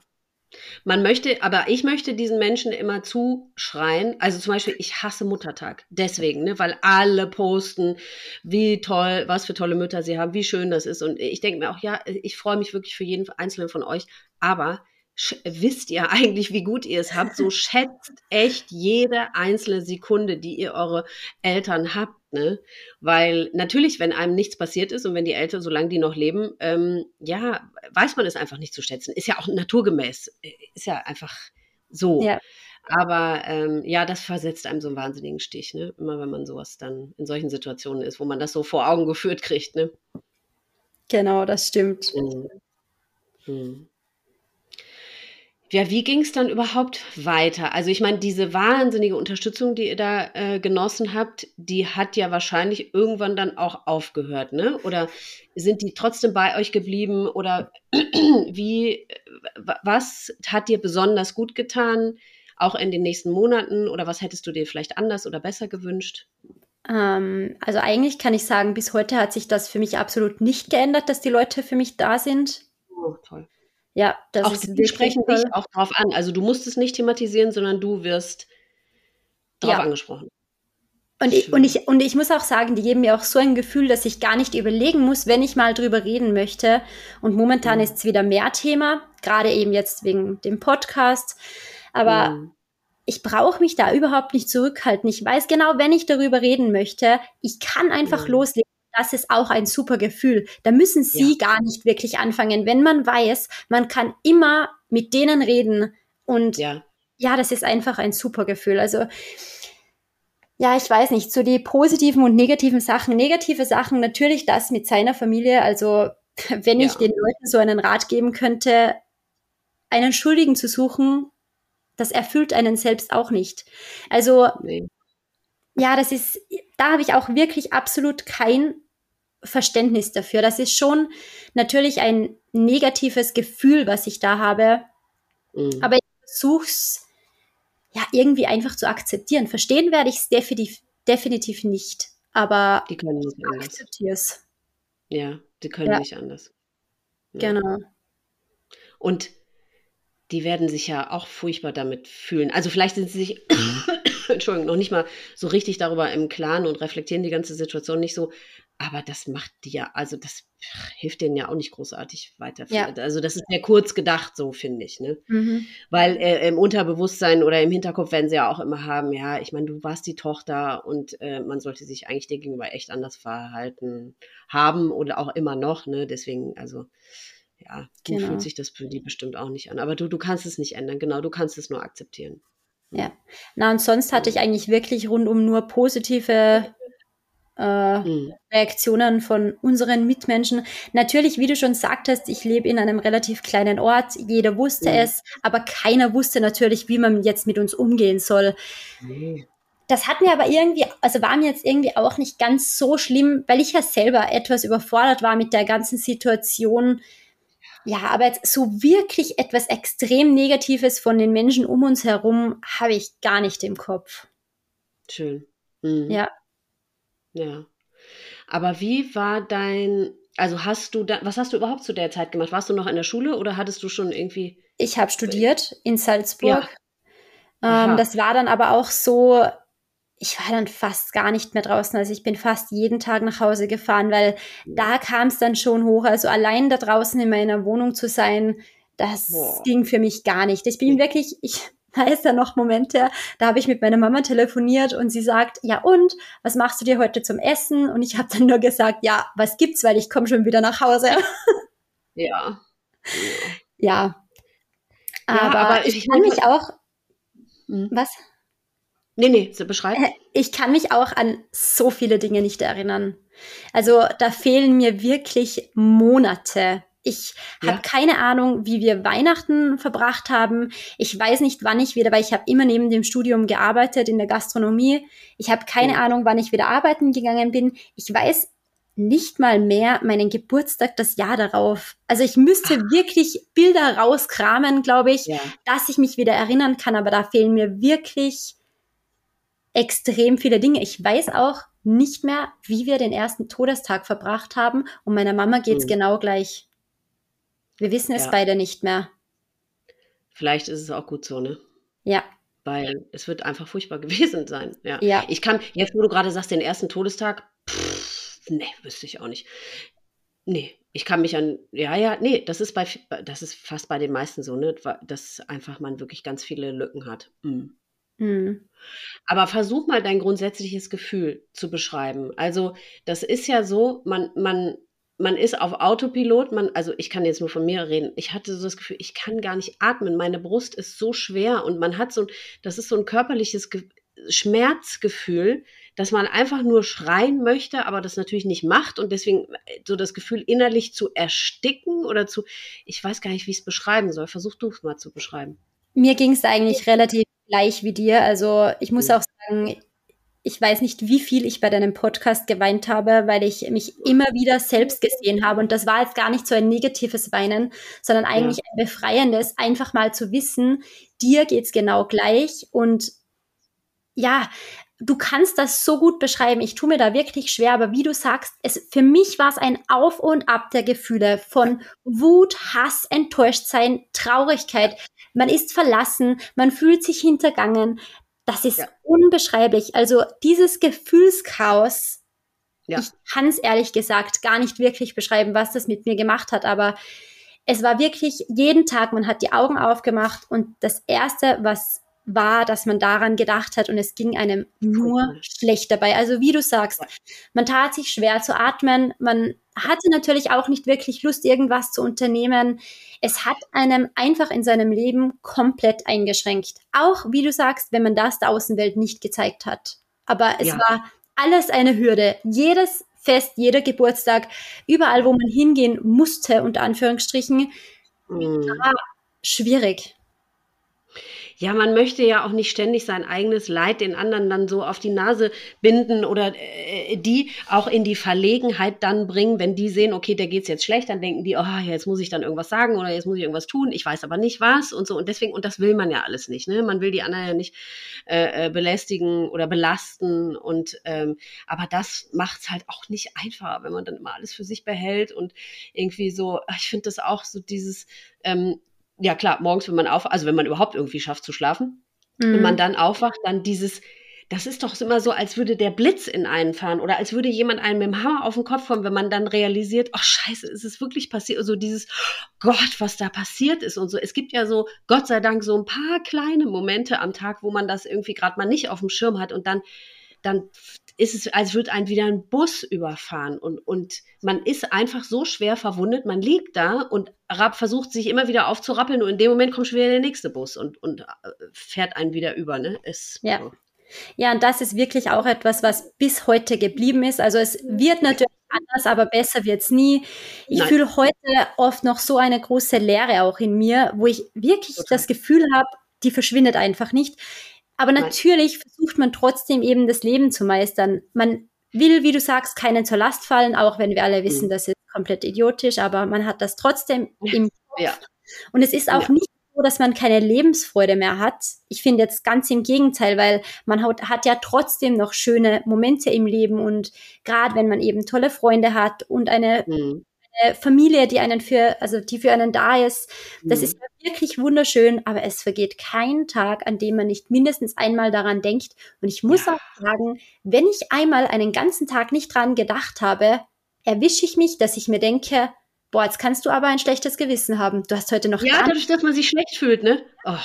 Ich möchte diesen Menschen immer zuschreien, also zum Beispiel, ich hasse Muttertag, deswegen, ne, weil alle posten, wie toll, was für tolle Mütter sie haben, wie schön das ist und ich denke mir auch, ich freue mich wirklich für jeden Einzelnen von euch, aber wisst ihr eigentlich, wie gut ihr es habt? So schätzt echt jede einzelne Sekunde, die ihr eure Eltern habt, ne? Weil natürlich, wenn einem nichts passiert ist und wenn die Eltern, solange die noch leben, weiß man es einfach nicht zu schätzen. Ist ja auch naturgemäß, ist ja einfach so. Ja. Aber das versetzt einem so einen wahnsinnigen Stich, ne? Immer wenn man sowas dann in solchen Situationen ist, wo man das so vor Augen geführt kriegt, ne? Genau, das stimmt. Ja, wie ging es dann überhaupt weiter? Also ich meine, diese wahnsinnige Unterstützung, die ihr da genossen habt, die hat ja wahrscheinlich irgendwann dann auch aufgehört, ne? Oder sind die trotzdem bei euch geblieben? Oder was hat dir besonders gut getan, auch in den nächsten Monaten? Oder was hättest du dir vielleicht anders oder besser gewünscht? Also eigentlich kann ich sagen, bis heute hat sich das für mich absolut nicht geändert, dass die Leute für mich da sind. Oh, toll. Ja, das auch ist die wirklich sprechen toll. dich auch drauf an. Also du musst es nicht thematisieren, sondern du wirst drauf angesprochen. Und ich muss auch sagen, die geben mir auch so ein Gefühl, dass ich gar nicht überlegen muss, wenn ich mal drüber reden möchte. Und momentan ist es wieder mehr Thema, gerade eben jetzt wegen dem Podcast. Aber ich brauche mich da überhaupt nicht zurückhalten. Ich weiß genau, wenn ich darüber reden möchte, ich kann einfach loslegen. Das ist auch ein super Gefühl. Da müssen Sie gar nicht wirklich anfangen. Wenn man weiß, man kann immer mit denen reden. Und das ist einfach ein super Gefühl. Also ich weiß nicht, so die positiven und negativen Sachen. Negative Sachen, natürlich das mit seiner Familie. Also wenn ich den Leuten so einen Rat geben könnte, einen Schuldigen zu suchen, das erfüllt einen selbst auch nicht. Also da habe ich auch wirklich absolut kein Verständnis dafür. Das ist schon natürlich ein negatives Gefühl, was ich da habe. Aber ich versuche es irgendwie einfach zu akzeptieren. Verstehen werde ich es definitiv nicht. Aber die können nicht ich akzeptiere es. Ja, die können nicht anders. Ja. Genau. Und die werden sich ja auch furchtbar damit fühlen. Also vielleicht sind sie sich, Entschuldigung, noch nicht mal so richtig darüber im Klaren und reflektieren die ganze Situation nicht so. Aber das macht die ja, also das hilft denen ja auch nicht großartig weiter. Ja. Also das ist ja kurz gedacht, so finde ich, ne? Mhm. Weil im Unterbewusstsein oder im Hinterkopf werden sie ja auch immer haben, ja, ich meine, du warst die Tochter und man sollte sich eigentlich dir gegenüber echt anders verhalten haben oder auch immer noch, ne? Deswegen, also ja, gut fühlt Genau. sich das für die bestimmt auch nicht an. Aber du kannst es nicht ändern, genau, du kannst es nur akzeptieren. Ja. Na, und sonst hatte ich eigentlich wirklich rundum nur positive Reaktionen von unseren Mitmenschen. Natürlich, wie du schon sagtest, ich lebe in einem relativ kleinen Ort. Jeder wusste es, aber keiner wusste natürlich, wie man jetzt mit uns umgehen soll. Das hat mir aber irgendwie, also war mir jetzt irgendwie auch nicht ganz so schlimm, weil ich ja selber etwas überfordert war mit der ganzen Situation. Ja, aber jetzt so wirklich etwas extrem Negatives von den Menschen um uns herum habe ich gar nicht im Kopf. Schön. Ja. Ja. Aber wie war also was hast du überhaupt zu der Zeit gemacht? Warst du noch in der Schule oder hattest du schon irgendwie? Ich habe studiert in Salzburg. Ja. Das war dann aber auch so, ich war dann fast gar nicht mehr draußen. Also ich bin fast jeden Tag nach Hause gefahren, weil da kam es dann schon hoch. Also allein da draußen in meiner Wohnung zu sein, das ging für mich gar nicht. Ich bin wirklich, ich weiß ja noch Momente, da habe ich mit meiner Mama telefoniert und sie sagt, ja und, was machst du dir heute zum Essen? Und ich habe dann nur gesagt, ja, was gibt's, weil ich komme schon wieder nach Hause. Ja. Ja. Aber ich kann mich auch, was? Nee, beschreib. Ich kann mich auch an so viele Dinge nicht erinnern. Also da fehlen mir wirklich Monate. Ich habe keine Ahnung, wie wir Weihnachten verbracht haben. Ich weiß nicht, wann ich wieder, weil ich habe immer neben dem Studium gearbeitet in der Gastronomie. Ich habe keine Ahnung, wann ich wieder arbeiten gegangen bin. Ich weiß nicht mal mehr meinen Geburtstag, das Jahr darauf. Also ich müsste wirklich Bilder rauskramen, glaube ich, dass ich mich wieder erinnern kann. Aber da fehlen mir wirklich extrem viele Dinge. Ich weiß auch nicht mehr, wie wir den ersten Todestag verbracht haben. Und meiner Mama geht's genau gleich. Wir wissen es beide nicht mehr. Vielleicht ist es auch gut so, ne? Ja. Weil es wird einfach furchtbar gewesen sein. Ja. Ich kann, jetzt wo du gerade sagst, den ersten Todestag, nee, wüsste ich auch nicht. Nee, ich kann mich an, nee, das ist fast bei den meisten so, ne? Dass einfach man wirklich ganz viele Lücken hat. Aber versuch mal dein grundsätzliches Gefühl zu beschreiben. Also das ist ja so, man ist auf Autopilot, also ich kann jetzt nur von mir reden, ich hatte so das Gefühl, ich kann gar nicht atmen, meine Brust ist so schwer und man hat das ist so ein körperliches Schmerzgefühl, dass man einfach nur schreien möchte, aber das natürlich nicht macht und deswegen so das Gefühl innerlich zu ersticken oder ich weiß gar nicht, wie ich es beschreiben soll. Versuch du es mal zu beschreiben. Mir ging es eigentlich relativ gleich wie dir. Also ich muss auch sagen, ich weiß nicht, wie viel ich bei deinem Podcast geweint habe, weil ich mich immer wieder selbst gesehen habe. Und das war jetzt gar nicht so ein negatives Weinen, sondern eigentlich ein befreiendes, einfach mal zu wissen, dir geht's genau gleich. Und ja, du kannst das so gut beschreiben. Ich tue mir da wirklich schwer, aber wie du sagst, für mich war es ein Auf und Ab der Gefühle von Wut, Hass, Enttäuschtsein, Traurigkeit. Man ist verlassen, man fühlt sich hintergangen. Das ist unbeschreiblich. Also dieses Gefühlschaos, ich kann es ehrlich gesagt gar nicht wirklich beschreiben, was das mit mir gemacht hat, aber es war wirklich jeden Tag, man hat die Augen aufgemacht und das Erste, was war, dass man daran gedacht hat und es ging einem nur schlecht dabei. Also wie du sagst, man tat sich schwer zu atmen, man hatte natürlich auch nicht wirklich Lust, irgendwas zu unternehmen. Es hat einem einfach in seinem Leben komplett eingeschränkt. Auch, wie du sagst, wenn man das der Außenwelt nicht gezeigt hat. Aber es war alles eine Hürde. Jedes Fest, jeder Geburtstag, überall, wo man hingehen musste, unter Anführungsstrichen, war schwierig. Ja, man möchte ja auch nicht ständig sein eigenes Leid den anderen dann so auf die Nase binden oder die auch in die Verlegenheit dann bringen, wenn die sehen, okay, der geht's jetzt schlecht, dann denken die, oh, jetzt muss ich dann irgendwas sagen oder jetzt muss ich irgendwas tun, ich weiß aber nicht was und so und deswegen, und das will man ja alles nicht, ne? Man will die anderen ja nicht belästigen oder belasten und aber das macht's halt auch nicht einfacher, wenn man dann immer alles für sich behält und irgendwie so, ich finde das auch so dieses ja klar, morgens, wenn man also wenn man überhaupt irgendwie schafft zu schlafen, wenn man dann aufwacht, dann das ist doch immer so, als würde der Blitz in einen fahren oder als würde jemand einem mit dem Hammer auf den Kopf kommen, wenn man dann realisiert, ach scheiße, ist es wirklich passiert? So dieses, Gott, was da passiert ist und so. Es gibt ja so, Gott sei Dank, so ein paar kleine Momente am Tag, wo man das irgendwie gerade mal nicht auf dem Schirm hat und dann ist es, als würde einen wieder ein Bus überfahren und man ist einfach so schwer verwundet, man liegt da und versucht sich immer wieder aufzurappeln und in dem Moment kommt schon wieder der nächste Bus und fährt einen wieder über, ne? Ja, und das ist wirklich auch etwas, was bis heute geblieben ist. Also es wird natürlich anders, aber besser wird's nie. Ich fühle heute oft noch so eine große Leere auch in mir, wo ich wirklich das Gefühl habe, die verschwindet einfach nicht. Aber natürlich versucht man trotzdem eben das Leben zu meistern. Man will, wie du sagst, keinen zur Last fallen, auch wenn wir alle wissen, das ist komplett idiotisch, aber man hat das trotzdem im Kopf. Ja. Und es ist auch nicht so, dass man keine Lebensfreude mehr hat. Ich finde jetzt ganz im Gegenteil, weil man hat ja trotzdem noch schöne Momente im Leben und gerade wenn man eben tolle Freunde hat und eine Familie, die für einen da ist, das ist ja wirklich wunderschön, aber es vergeht kein Tag, an dem man nicht mindestens einmal daran denkt. Und ich muss auch sagen, wenn ich einmal einen ganzen Tag nicht dran gedacht habe, erwische ich mich, dass ich mir denke, boah, jetzt kannst du aber ein schlechtes Gewissen haben. Du hast heute noch dadurch, dass man sich schlecht fühlt, ne? Oh.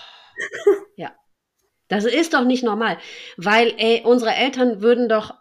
Ja. Das ist doch nicht normal, weil unsere Eltern würden doch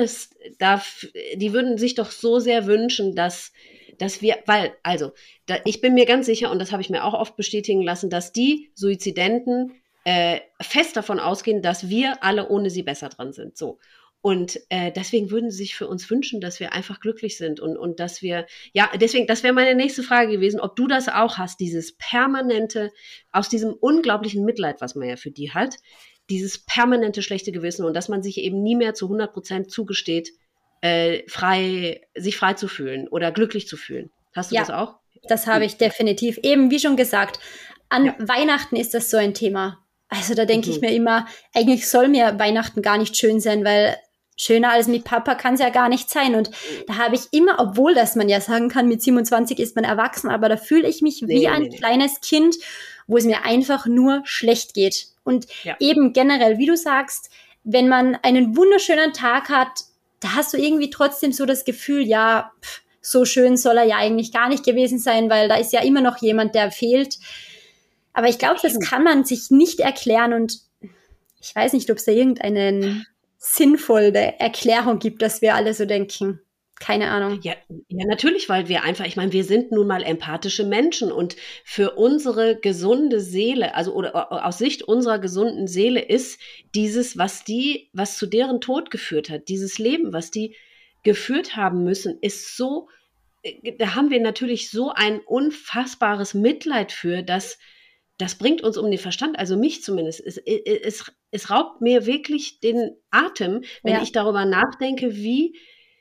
die würden sich doch so sehr wünschen, dass wir, ich bin mir ganz sicher, und das habe ich mir auch oft bestätigen lassen, dass die Suizidenten fest davon ausgehen, dass wir alle ohne sie besser dran sind. So. Und deswegen würden sie sich für uns wünschen, dass wir einfach glücklich sind und dass wir, deswegen, das wäre meine nächste Frage gewesen, ob du das auch hast, dieses permanente, aus diesem unglaublichen Mitleid, was man ja für die hat, dieses permanente schlechte Gewissen und dass man sich eben nie mehr zu 100% zugesteht, sich frei zu fühlen oder glücklich zu fühlen. Hast du das auch? Das habe ich definitiv. Eben, wie schon gesagt, an Weihnachten ist das so ein Thema. Also da denke ich mir immer, eigentlich soll mir Weihnachten gar nicht schön sein, weil schöner als mit Papa kann es ja gar nicht sein. Und da habe ich immer, obwohl das man ja sagen kann, mit 27 ist man erwachsen, aber da fühle ich mich wie ein kleines Kind, wo es mir einfach nur schlecht geht. Und eben generell, wie du sagst, wenn man einen wunderschönen Tag hat, da hast du irgendwie trotzdem so das Gefühl, so schön soll er ja eigentlich gar nicht gewesen sein, weil da ist ja immer noch jemand, der fehlt. Aber ich glaube, das kann man sich nicht erklären und ich weiß nicht, ob es da irgendeine sinnvolle Erklärung gibt, dass wir alle so denken. Keine Ahnung. Ja, natürlich, weil wir einfach, ich meine, wir sind nun mal empathische Menschen und für unsere gesunde Seele, oder aus Sicht unserer gesunden Seele ist dieses, was zu deren Tod geführt hat, dieses Leben, was die geführt haben müssen, ist so, da haben wir natürlich so ein unfassbares Mitleid für, das bringt uns um den Verstand, also mich zumindest. Es raubt mir wirklich den Atem, wenn ich darüber nachdenke, wie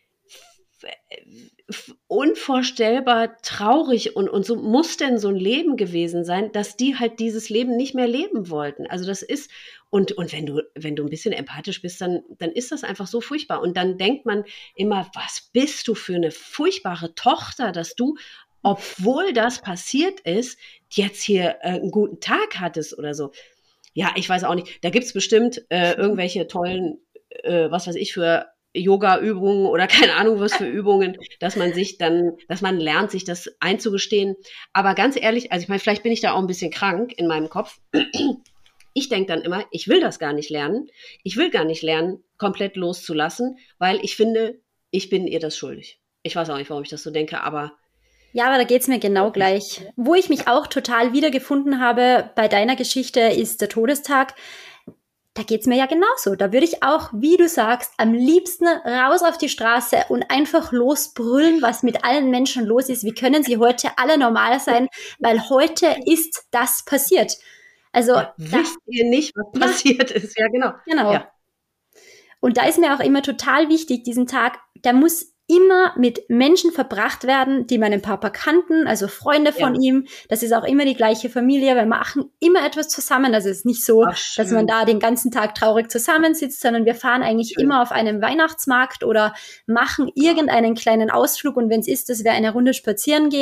unvorstellbar traurig und so muss denn so ein Leben gewesen sein, dass die halt dieses Leben nicht mehr leben wollten. Also das ist, und wenn du ein bisschen empathisch bist, dann ist das einfach so furchtbar. Und dann denkt man immer, was bist du für eine furchtbare Tochter, dass du, obwohl das passiert ist, jetzt hier einen guten Tag hattest oder so. Ja, ich weiß auch nicht. Da gibt's bestimmt irgendwelche tollen, was weiß ich, für Yoga-Übungen oder keine Ahnung was für Übungen, dass man lernt, sich das einzugestehen. Aber ganz ehrlich, also ich meine, vielleicht bin ich da auch ein bisschen krank in meinem Kopf. Ich denke dann immer, ich will das gar nicht lernen. Ich will gar nicht lernen, komplett loszulassen, weil ich finde, ich bin ihr das schuldig. Ich weiß auch nicht, warum ich das so denke, aber da geht's mir genau gleich. Wo ich mich auch total wiedergefunden habe bei deiner Geschichte ist der Todestag. Da geht's mir ja genauso. Da würde ich auch, wie du sagst, am liebsten raus auf die Straße und einfach losbrüllen, was mit allen Menschen los ist. Wie können sie heute alle normal sein? Weil heute ist das passiert. Also wisst ihr nicht, was passiert ist? Ja, genau. Genau. Ja. Und da ist mir auch immer total wichtig, diesen Tag, der muss immer mit Menschen verbracht werden, die meinen Papa kannten, also Freunde von ihm. Das ist auch immer die gleiche Familie. Wir machen immer etwas zusammen. Also es ist nicht so, dass man da den ganzen Tag traurig zusammensitzt, sondern wir fahren eigentlich immer auf einem Weihnachtsmarkt oder machen irgendeinen kleinen Ausflug. Und wenn es ist, dass wir eine Runde spazieren gehen.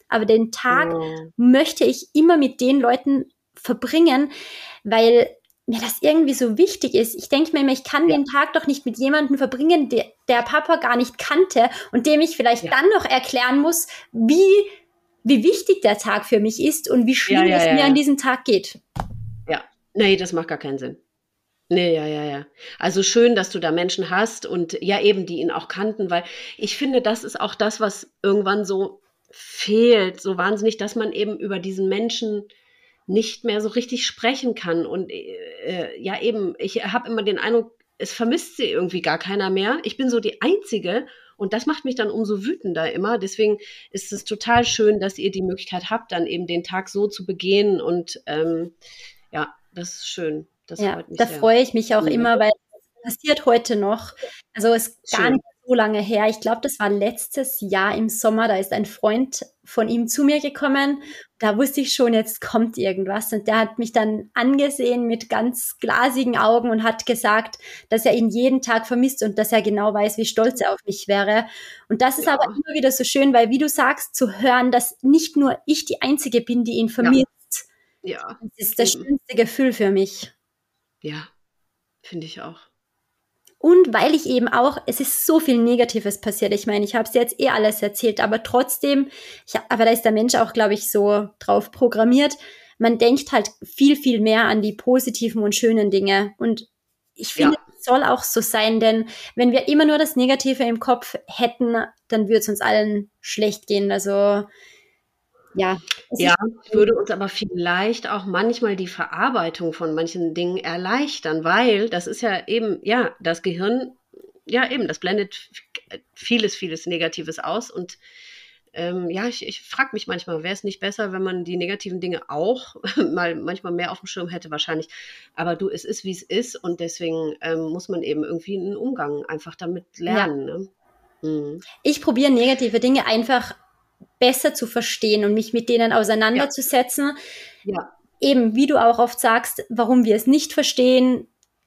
aber den Tag möchte ich immer mit den Leuten verbringen, weil mir das irgendwie so wichtig ist. Ich denke mir immer, ich kann den Tag doch nicht mit jemandem verbringen, der Papa gar nicht kannte und dem ich vielleicht dann noch erklären muss, wie wichtig der Tag für mich ist und wie schlimm es mir an diesem Tag geht. Ja, nee, das macht gar keinen Sinn. Nee, ja. Also schön, dass du da Menschen hast und ja eben, die ihn auch kannten, weil ich finde, das ist auch das, was irgendwann so fehlt, so wahnsinnig, dass man eben über diesen Menschen nicht mehr so richtig sprechen kann. Und ja eben, ich habe immer den Eindruck, es vermisst sie irgendwie gar keiner mehr. Ich bin so die Einzige und das macht mich dann umso wütender immer. Deswegen ist es total schön, dass ihr die Möglichkeit habt, dann eben den Tag so zu begehen und ja, das ist schön. Das freut mich da sehr. freue ich mich auch immer, weil es passiert heute noch. Also es ist gar nicht so lange her. Ich glaube, das war letztes Jahr im Sommer. Da ist ein Freund von ihm zu mir gekommen. Da wusste ich schon, jetzt kommt irgendwas. Und der hat mich dann angesehen mit ganz glasigen Augen und hat gesagt, dass er ihn jeden Tag vermisst und dass er genau weiß, wie stolz er auf mich wäre. Und das ist aber immer wieder so schön, weil, wie du sagst, zu hören, dass nicht nur ich die Einzige bin, die ihn vermisst. Ja. Das ist das schönste Gefühl für mich. Ja, finde ich auch. Und weil ich eben auch, es ist so viel Negatives passiert. Ich meine, ich habe es jetzt alles erzählt, aber trotzdem, aber da ist der Mensch auch, glaube ich, so drauf programmiert. Man denkt halt viel, viel mehr an die positiven und schönen Dinge. Und ich finde, es soll auch so sein, denn wenn wir immer nur das Negative im Kopf hätten, dann würde es uns allen schlecht gehen. Also würde uns aber vielleicht auch manchmal die Verarbeitung von manchen Dingen erleichtern, weil das ist ja eben, das Gehirn, das blendet vieles Negatives aus und ich frage mich manchmal, wäre es nicht besser, wenn man die negativen Dinge auch mal manchmal mehr auf dem Schirm hätte, wahrscheinlich. Aber es ist, wie es ist und deswegen muss man eben irgendwie einen Umgang einfach damit lernen. Ja. Ne? Mhm. Ich probiere negative Dinge einfach besser zu verstehen und mich mit denen auseinanderzusetzen. Ja. Eben, wie du auch oft sagst, warum wir es nicht verstehen,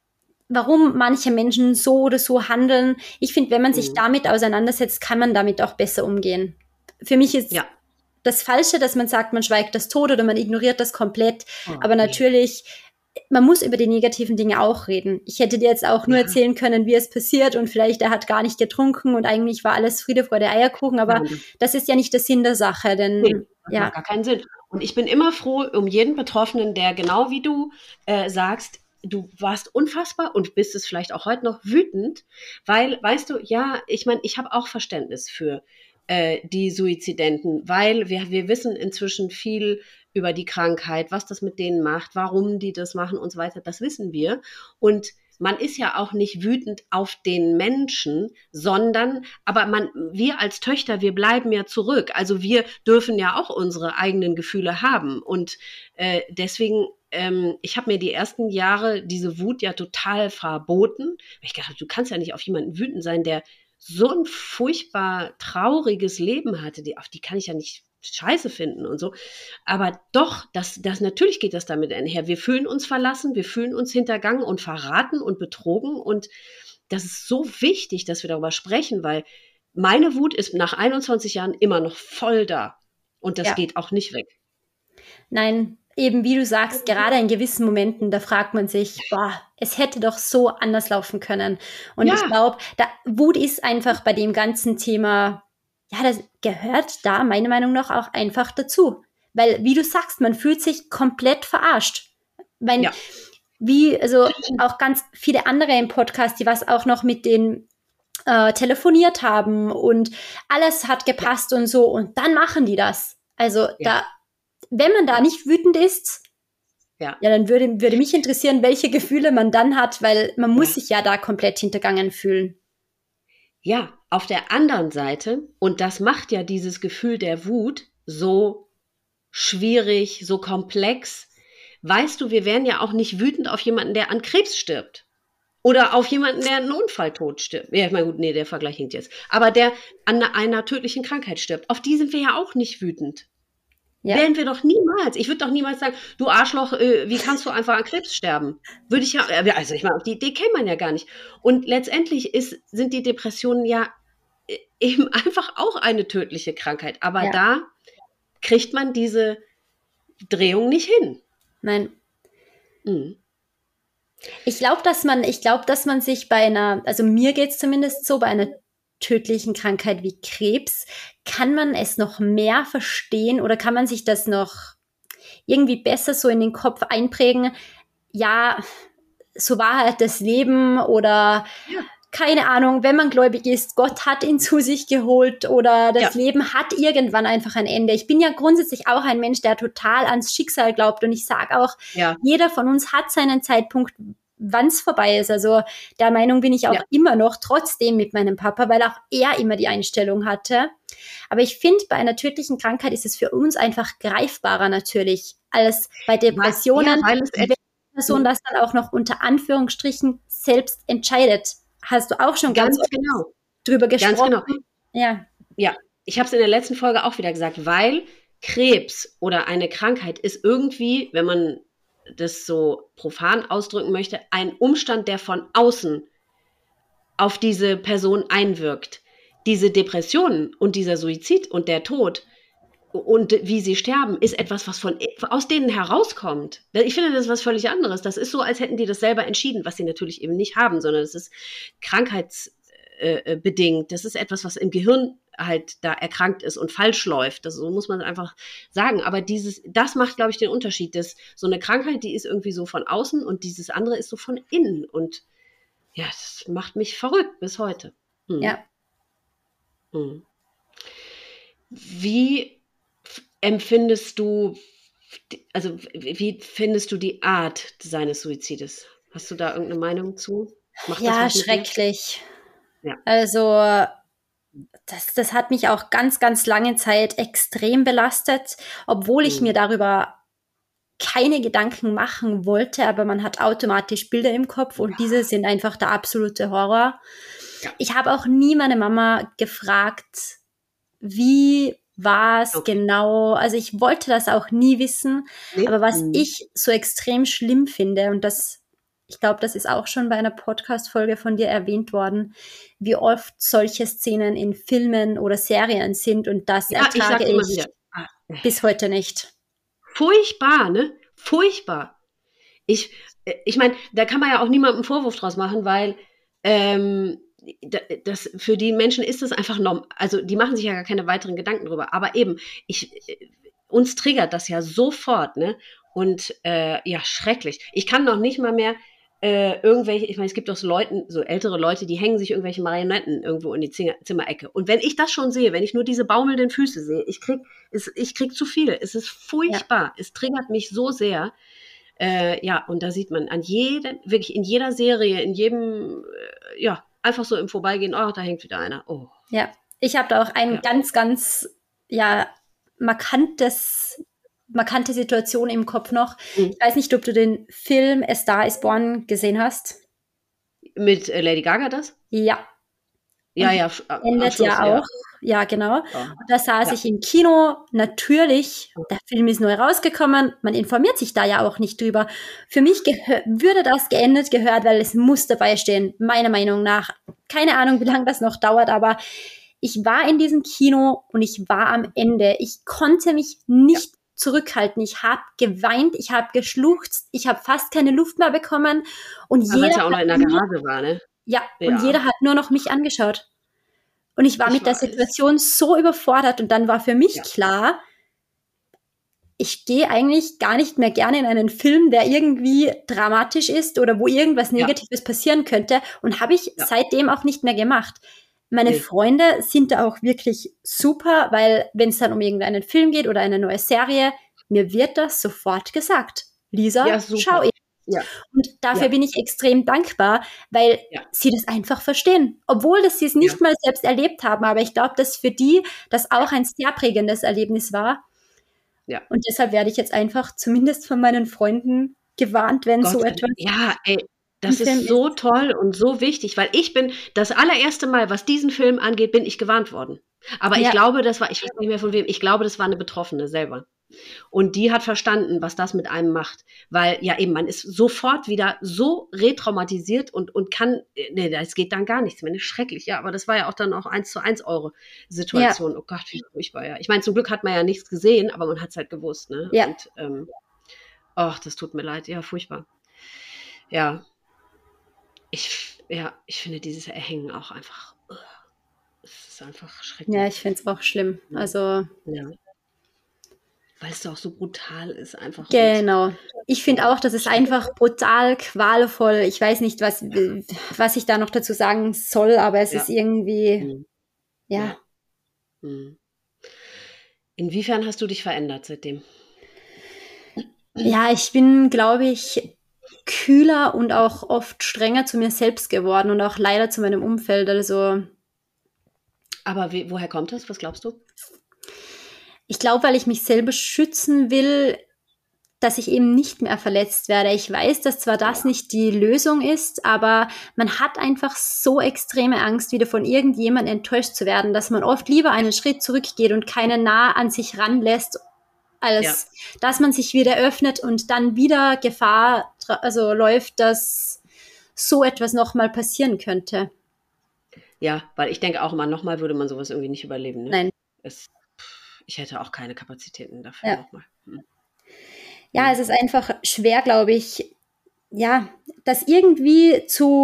warum manche Menschen so oder so handeln. Ich finde, wenn man sich damit auseinandersetzt, kann man damit auch besser umgehen. Für mich ist das Falsche, dass man sagt, man schweigt das tot oder man ignoriert das komplett. Aber natürlich, man muss über die negativen Dinge auch reden. Ich hätte dir jetzt auch nur erzählen können, wie es passiert und vielleicht er hat gar nicht getrunken und eigentlich war alles Friede, Freude, Eierkuchen, aber das ist ja nicht der Sinn der Sache, denn das macht gar keinen Sinn. Und ich bin immer froh um jeden Betroffenen, der genau wie du sagst, du warst unfassbar und bist es vielleicht auch heute noch wütend, weil, weißt du, ich meine, ich habe auch Verständnis für die Suizidenten, weil wir wissen inzwischen viel über die Krankheit, was das mit denen macht, warum die das machen und so weiter, das wissen wir. Und man ist ja auch nicht wütend auf den Menschen, sondern, aber wir als Töchter, wir bleiben ja zurück. Also wir dürfen ja auch unsere eigenen Gefühle haben. Und deswegen, ich habe mir die ersten Jahre diese Wut ja total verboten. Ich dachte, du kannst ja nicht auf jemanden wütend sein, der so ein furchtbar trauriges Leben hatte, auf die kann ich ja nicht scheiße finden und so. Aber doch, das natürlich geht das damit einher. Wir fühlen uns verlassen, wir fühlen uns hintergangen und verraten und betrogen. Und das ist so wichtig, dass wir darüber sprechen, weil meine Wut ist nach 21 Jahren immer noch voll da. Und das geht auch nicht weg. Nein, eben wie du sagst, gerade in gewissen Momenten, da fragt man sich, es hätte doch so anders laufen können. Und ich glaube, Wut ist einfach bei dem ganzen Thema, das gehört da meiner Meinung nach auch einfach dazu. Weil, wie du sagst, man fühlt sich komplett verarscht. Also auch ganz viele andere im Podcast, die was auch noch mit den telefoniert haben und alles hat gepasst und so und dann machen die das. Also wenn man da nicht wütend ist, dann würde mich interessieren, welche Gefühle man dann hat, weil man muss sich ja da komplett hintergangen fühlen. Ja, auf der anderen Seite, und das macht ja dieses Gefühl der Wut so schwierig, so komplex, weißt du, wir wären ja auch nicht wütend auf jemanden, der an Krebs stirbt. Oder auf jemanden, der einen Unfalltod stirbt. Ja, ich meine, gut, der Vergleich hinkt jetzt. Aber der an einer tödlichen Krankheit stirbt. Auf die sind wir ja auch nicht wütend. Wären wir doch niemals. Ich würde doch niemals sagen, du Arschloch, wie kannst du einfach an Krebs sterben? Würde ich also ich meine, auf die Idee kennt man ja gar nicht. Und letztendlich sind die Depressionen ja eben einfach auch eine tödliche Krankheit. Aber da kriegt man diese Drehung nicht hin. Nein. Mhm. Ich glaube, dass man sich bei also mir geht es zumindest so, bei einer tödlichen Krankheit wie Krebs, kann man es noch mehr verstehen oder kann man sich das noch irgendwie besser so in den Kopf einprägen? Ja, so war halt das Leben oder keine Ahnung, wenn man gläubig ist, Gott hat ihn zu sich geholt oder das Leben hat irgendwann einfach ein Ende. Ich bin ja grundsätzlich auch ein Mensch, der total ans Schicksal glaubt und ich sage auch, jeder von uns hat seinen Zeitpunkt, wann es vorbei ist. Also der Meinung bin ich auch immer noch, trotzdem mit meinem Papa, weil auch er immer die Einstellung hatte. Aber ich finde, bei einer tödlichen Krankheit ist es für uns einfach greifbarer natürlich als bei Depressionen, wenn die Person das dann auch noch unter Anführungsstrichen selbst entscheidet. Hast du auch schon ganz genau drüber gesprochen? Ganz genau. Ja, ich habe es in der letzten Folge auch wieder gesagt, weil Krebs oder eine Krankheit ist irgendwie, wenn man das so profan ausdrücken möchte, ein Umstand, der von außen auf diese Person einwirkt. Diese Depressionen und dieser Suizid und der Tod und wie sie sterben, ist etwas, was aus denen herauskommt. Ich finde, das ist was völlig anderes. Das ist so, als hätten die das selber entschieden, was sie natürlich eben nicht haben, sondern es ist krankheitsbedingt. Das ist etwas, was im Gehirn halt da erkrankt ist und falsch läuft. So muss man einfach sagen. Aber das macht, glaube ich, den Unterschied. So eine Krankheit, die ist irgendwie so von außen und dieses andere ist so von innen. Und ja, das macht mich verrückt bis heute. Ja. Wie empfindest du, also wie findest du die Art seines Suizides? Hast du da irgendeine Meinung zu? Ja, schrecklich. Ja. Also das hat mich auch ganz, ganz lange Zeit extrem belastet, obwohl ich mir darüber keine Gedanken machen wollte, aber man hat automatisch Bilder im Kopf und diese sind einfach der absolute Horror. Ja. Ich habe auch nie meine Mama gefragt, wie war es genau, also ich wollte das auch nie wissen, aber was ich so extrem schlimm finde und ich glaube, das ist auch schon bei einer Podcast-Folge von dir erwähnt worden, wie oft solche Szenen in Filmen oder Serien sind und das ertrage ich bis heute nicht. Furchtbar, ne? Furchtbar. Ich meine, da kann man ja auch niemandem einen Vorwurf draus machen, weil das für die Menschen ist das einfach normal. Also die machen sich ja gar keine weiteren Gedanken drüber. Aber eben, uns triggert das ja sofort, ne? Und schrecklich. Ich kann noch nicht mal mehr irgendwelche, ich meine, es gibt auch so ältere Leute, die hängen sich irgendwelche Marionetten irgendwo in die Zimmerecke. Und wenn ich das schon sehe, wenn ich nur diese baumelnden Füße sehe, ich krieg zu viel. Es ist furchtbar. Ja. Es triggert mich so sehr. Und da sieht man wirklich in jeder Serie, in jedem, einfach so im Vorbeigehen, da hängt wieder einer. Oh. Ja, ich habe da auch ein ganz, ganz, markante Situation im Kopf noch. Ich weiß nicht, ob du den Film A Star is Born gesehen hast. Mit Lady Gaga das? Ja. Ja. Endet ja auch. Ja, genau. Und da saß ich im Kino. Natürlich, der Film ist neu rausgekommen. Man informiert sich da ja auch nicht drüber. Für mich würde das gehört, weil es muss dabei stehen, meiner Meinung nach. Keine Ahnung, wie lange das noch dauert, aber ich war in diesem Kino und ich war am Ende. Ich konnte mich nicht zurückhalten. Ich habe geweint, ich habe geschluchzt, ich habe fast keine Luft mehr bekommen. Und weil es ja auch noch in der Garage war, ne? Ja, und jeder hat nur noch mich angeschaut. Und ich war mit der Situation so überfordert und dann war für mich klar, ich gehe eigentlich gar nicht mehr gerne in einen Film, der irgendwie dramatisch ist oder wo irgendwas Negatives passieren könnte und habe ich seitdem auch nicht mehr gemacht. Meine Freunde sind da auch wirklich super, weil wenn es dann um irgendeinen Film geht oder eine neue Serie, mir wird das sofort gesagt. Lisa, schau ihn. Ja. Und dafür bin ich extrem dankbar, weil sie das einfach verstehen. Obwohl sie es nicht mal selbst erlebt haben, aber ich glaube, dass für die das auch ein sehr prägendes Erlebnis war. Ja. Und deshalb werde ich jetzt einfach zumindest von meinen Freunden gewarnt, wenn so etwas... Ja, das ist so toll und so wichtig, weil ich bin das allererste Mal, was diesen Film angeht, bin ich gewarnt worden. Aber ich glaube, ich weiß nicht mehr von wem, ich glaube, das war eine Betroffene selber. Und die hat verstanden, was das mit einem macht. Weil ja eben, man ist sofort wieder so retraumatisiert und kann, nee, das geht dann gar nichts mehr. Schrecklich, ja. Aber das war ja auch dann auch 1:1 eure Situation. Ja. Oh Gott, wie furchtbar, ja. Ich meine, zum Glück hat man ja nichts gesehen, aber man hat es halt gewusst, ne? Ja. Und, das tut mir leid. Ja, furchtbar. Ja. Ich finde dieses Erhängen auch einfach, es ist einfach schrecklich. Ja, ich finde es auch schlimm. Also. Ja. Weil es auch so brutal ist einfach. Genau. Ich finde auch, das ist einfach brutal qualvoll. Ich weiß nicht, was ich da noch dazu sagen soll, aber es ist irgendwie, ja. Inwiefern hast du dich verändert seitdem? Ja, ich bin, glaube ich, kühler und auch oft strenger zu mir selbst geworden und auch leider zu meinem Umfeld. Also. Aber woher kommt das? Was glaubst du? Ich glaube, weil ich mich selber schützen will, dass ich eben nicht mehr verletzt werde. Ich weiß, dass zwar das nicht die Lösung ist, aber man hat einfach so extreme Angst, wieder von irgendjemandem enttäuscht zu werden, dass man oft lieber einen Schritt zurückgeht und keinen nah an sich ranlässt, als dass man sich wieder öffnet und dann wieder Gefahr läuft, dass so etwas nochmal passieren könnte. Ja, weil ich denke auch immer, nochmal würde man sowas irgendwie nicht überleben. Ne? Nein. Ich hätte auch keine Kapazitäten dafür nochmal. Ja, es ist einfach schwer, glaube ich, ja, das irgendwie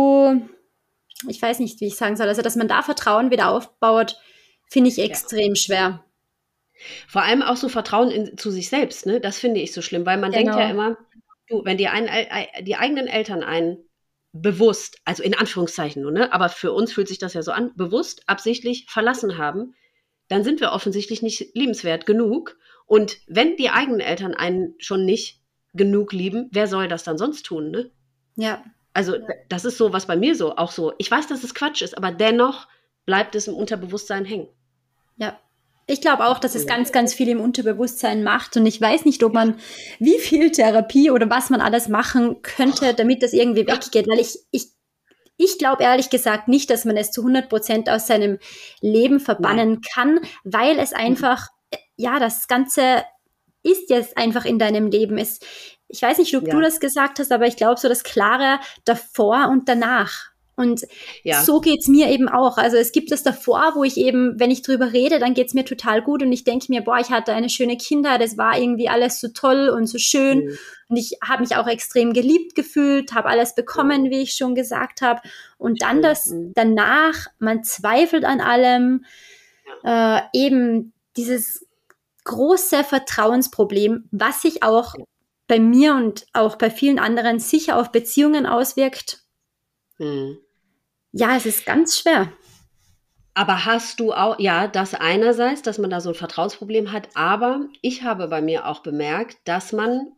ich weiß nicht, wie ich sagen soll, also dass man da Vertrauen wieder aufbaut, finde ich extrem schwer. Vor allem auch so Vertrauen zu sich selbst, ne? Das finde ich so schlimm, weil man denkt ja immer, wenn die eigenen Eltern einen bewusst, also in Anführungszeichen nur, ne? Aber für uns fühlt sich das ja so an, bewusst, absichtlich verlassen haben, dann sind wir offensichtlich nicht liebenswert genug. Und wenn die eigenen Eltern einen schon nicht genug lieben, wer soll das dann sonst tun, ne? Ja. Also das ist so, was bei mir so, auch so, ich weiß, dass es Quatsch ist, aber dennoch bleibt es im Unterbewusstsein hängen. Ja. Ich glaube auch, dass es ganz, ganz viel im Unterbewusstsein macht und ich weiß nicht, ob man wie viel Therapie oder was man alles machen könnte, damit das irgendwie weggeht, weil ich glaube ehrlich gesagt nicht, dass man es zu 100% aus seinem Leben verbannen kann, weil es einfach, das Ganze ist jetzt einfach in deinem Leben. Ich weiß nicht, ob du das gesagt hast, aber ich glaube so das Klare davor und danach. Und so geht's mir eben auch. Also es gibt das davor, wo ich eben, wenn ich drüber rede, dann geht's mir total gut und ich denke mir, ich hatte eine schöne Kindheit, es war irgendwie alles so toll und so schön und ich habe mich auch extrem geliebt gefühlt, habe alles bekommen, wie ich schon gesagt habe. Und dann das danach, man zweifelt an allem, eben dieses große Vertrauensproblem, was sich auch bei mir und auch bei vielen anderen sicher auf Beziehungen auswirkt. Ja, es ist ganz schwer. Aber hast du auch, das einerseits, dass man da so ein Vertrauensproblem hat, aber ich habe bei mir auch bemerkt, dass man,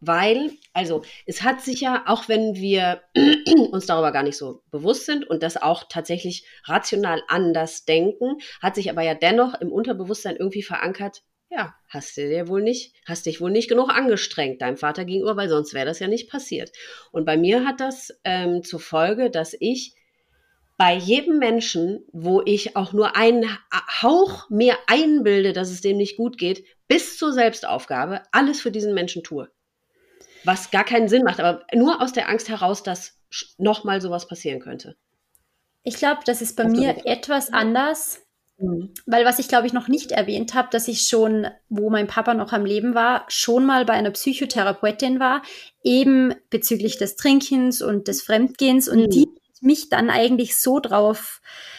es hat sich ja, auch wenn wir uns darüber gar nicht so bewusst sind und das auch tatsächlich rational anders denken, hat sich aber ja dennoch im Unterbewusstsein irgendwie verankert, hast dich wohl nicht genug angestrengt deinem Vater gegenüber, weil sonst wäre das ja nicht passiert. Und bei mir hat das zur Folge, dass ich bei jedem Menschen, wo ich auch nur einen Hauch mir einbilde, dass es dem nicht gut geht, bis zur Selbstaufgabe, alles für diesen Menschen tue. Was gar keinen Sinn macht, aber nur aus der Angst heraus, dass nochmal sowas passieren könnte. Ich glaube, das ist bei mir etwas anders, weil was ich, glaube ich, noch nicht erwähnt habe, dass ich schon, wo mein Papa noch am Leben war, schon mal bei einer Psychotherapeutin war, eben bezüglich des Trinkens und des Fremdgehens und die mich dann eigentlich so drauf,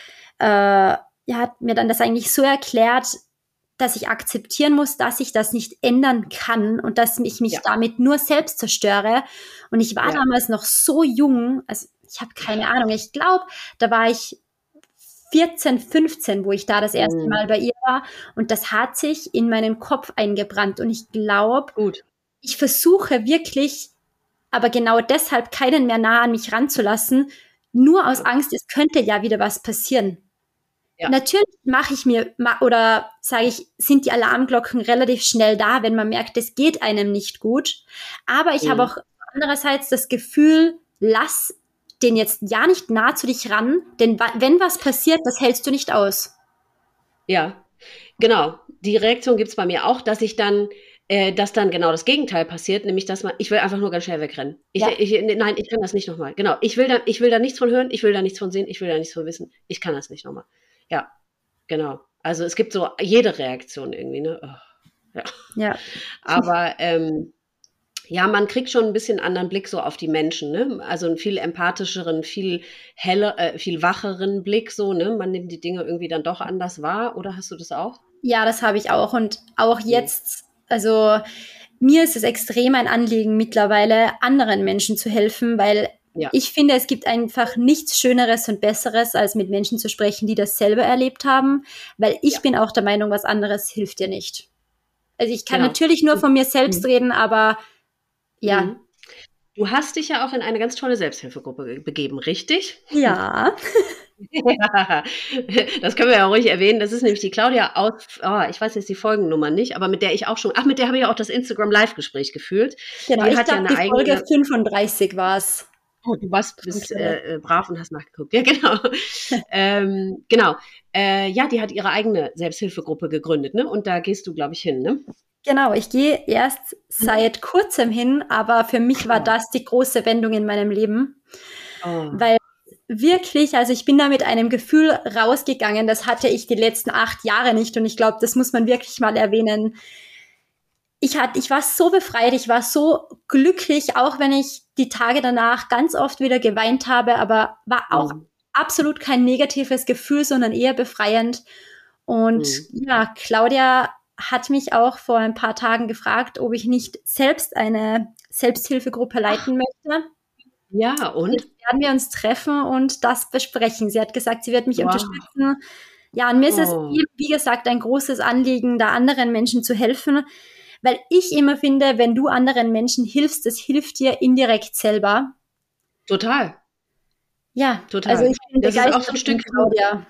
hat mir dann das eigentlich so erklärt, dass ich akzeptieren muss, dass ich das nicht ändern kann und dass ich mich damit nur selbst zerstöre. Und ich war damals noch so jung, also ich habe keine Ahnung, ich glaube, da war ich 14, 15, wo ich da das erste Mal bei ihr war und das hat sich in meinen Kopf eingebrannt und ich glaube, ich versuche wirklich, aber genau deshalb keinen mehr nah an mich ranzulassen, nur aus Angst, es könnte ja wieder was passieren. Ja. Natürlich mache ich mir, oder sage ich, sind die Alarmglocken relativ schnell da, wenn man merkt, es geht einem nicht gut. Aber ich habe auch andererseits das Gefühl, lass den jetzt nicht nah zu dich ran, denn wenn was passiert, das hältst du nicht aus. Ja, genau. Die Reaktion gibt es bei mir auch, dass ich dann dass dann genau das Gegenteil passiert, nämlich, dass ich will einfach nur ganz schnell wegrennen. Nein, ich kann das nicht nochmal. Genau, ich will da nichts von hören, ich will da nichts von sehen, ich will da nichts von wissen. Ich kann das nicht nochmal. Ja, genau. Also es gibt so jede Reaktion irgendwie, ne? Oh, ja. Aber ja, man kriegt schon ein bisschen anderen Blick so auf die Menschen, ne? Also einen viel empathischeren, viel heller, viel wacheren Blick so, ne? Man nimmt die Dinge irgendwie dann doch anders wahr, oder hast du das auch? Ja, das habe ich auch. Und auch jetzt, also mir ist es extrem ein Anliegen mittlerweile, anderen Menschen zu helfen, weil ich finde, es gibt einfach nichts Schöneres und Besseres, als mit Menschen zu sprechen, die das selber erlebt haben, weil ich bin auch der Meinung, was anderes hilft dir nicht. Also ich kann natürlich nur von mir selbst reden, aber ja. Du hast dich ja auch in eine ganz tolle Selbsthilfegruppe begeben, richtig? Ja. Ja, das können wir ja ruhig erwähnen. Das ist nämlich die Claudia aus, ich weiß jetzt die Folgennummer nicht, aber mit der ich auch schon, mit der habe ich auch das Instagram-Live-Gespräch geführt. Genau, die hat ja die Folge 35 war es. Oh, du bist brav und hast nachgeguckt. Ja, genau. Genau. Ja, die hat ihre eigene Selbsthilfegruppe gegründet, ne? Und da gehst du, glaube ich, hin, ne? Genau, ich gehe erst seit kurzem hin, aber für mich war das die große Wendung in meinem Leben. Weil wirklich, also ich bin da mit einem Gefühl rausgegangen, das hatte ich die letzten 8 Jahre nicht und ich glaube, das muss man wirklich mal erwähnen. Ich war so befreit, ich war so glücklich, auch wenn ich die Tage danach ganz oft wieder geweint habe, aber war auch absolut kein negatives Gefühl, sondern eher befreiend. Und ja, Claudia hat mich auch vor ein paar Tagen gefragt, ob ich nicht selbst eine Selbsthilfegruppe leiten möchte. Ja, und? Jetzt werden wir uns treffen und das besprechen. Sie hat gesagt, sie wird mich unterstützen. Ja, und mir ist es, wie gesagt, ein großes Anliegen, da anderen Menschen zu helfen, weil ich immer finde, wenn du anderen Menschen hilfst, das hilft dir indirekt selber. Total. Ja, total. Also ich bin das begeistert ist auch so ein Stück von Claudia.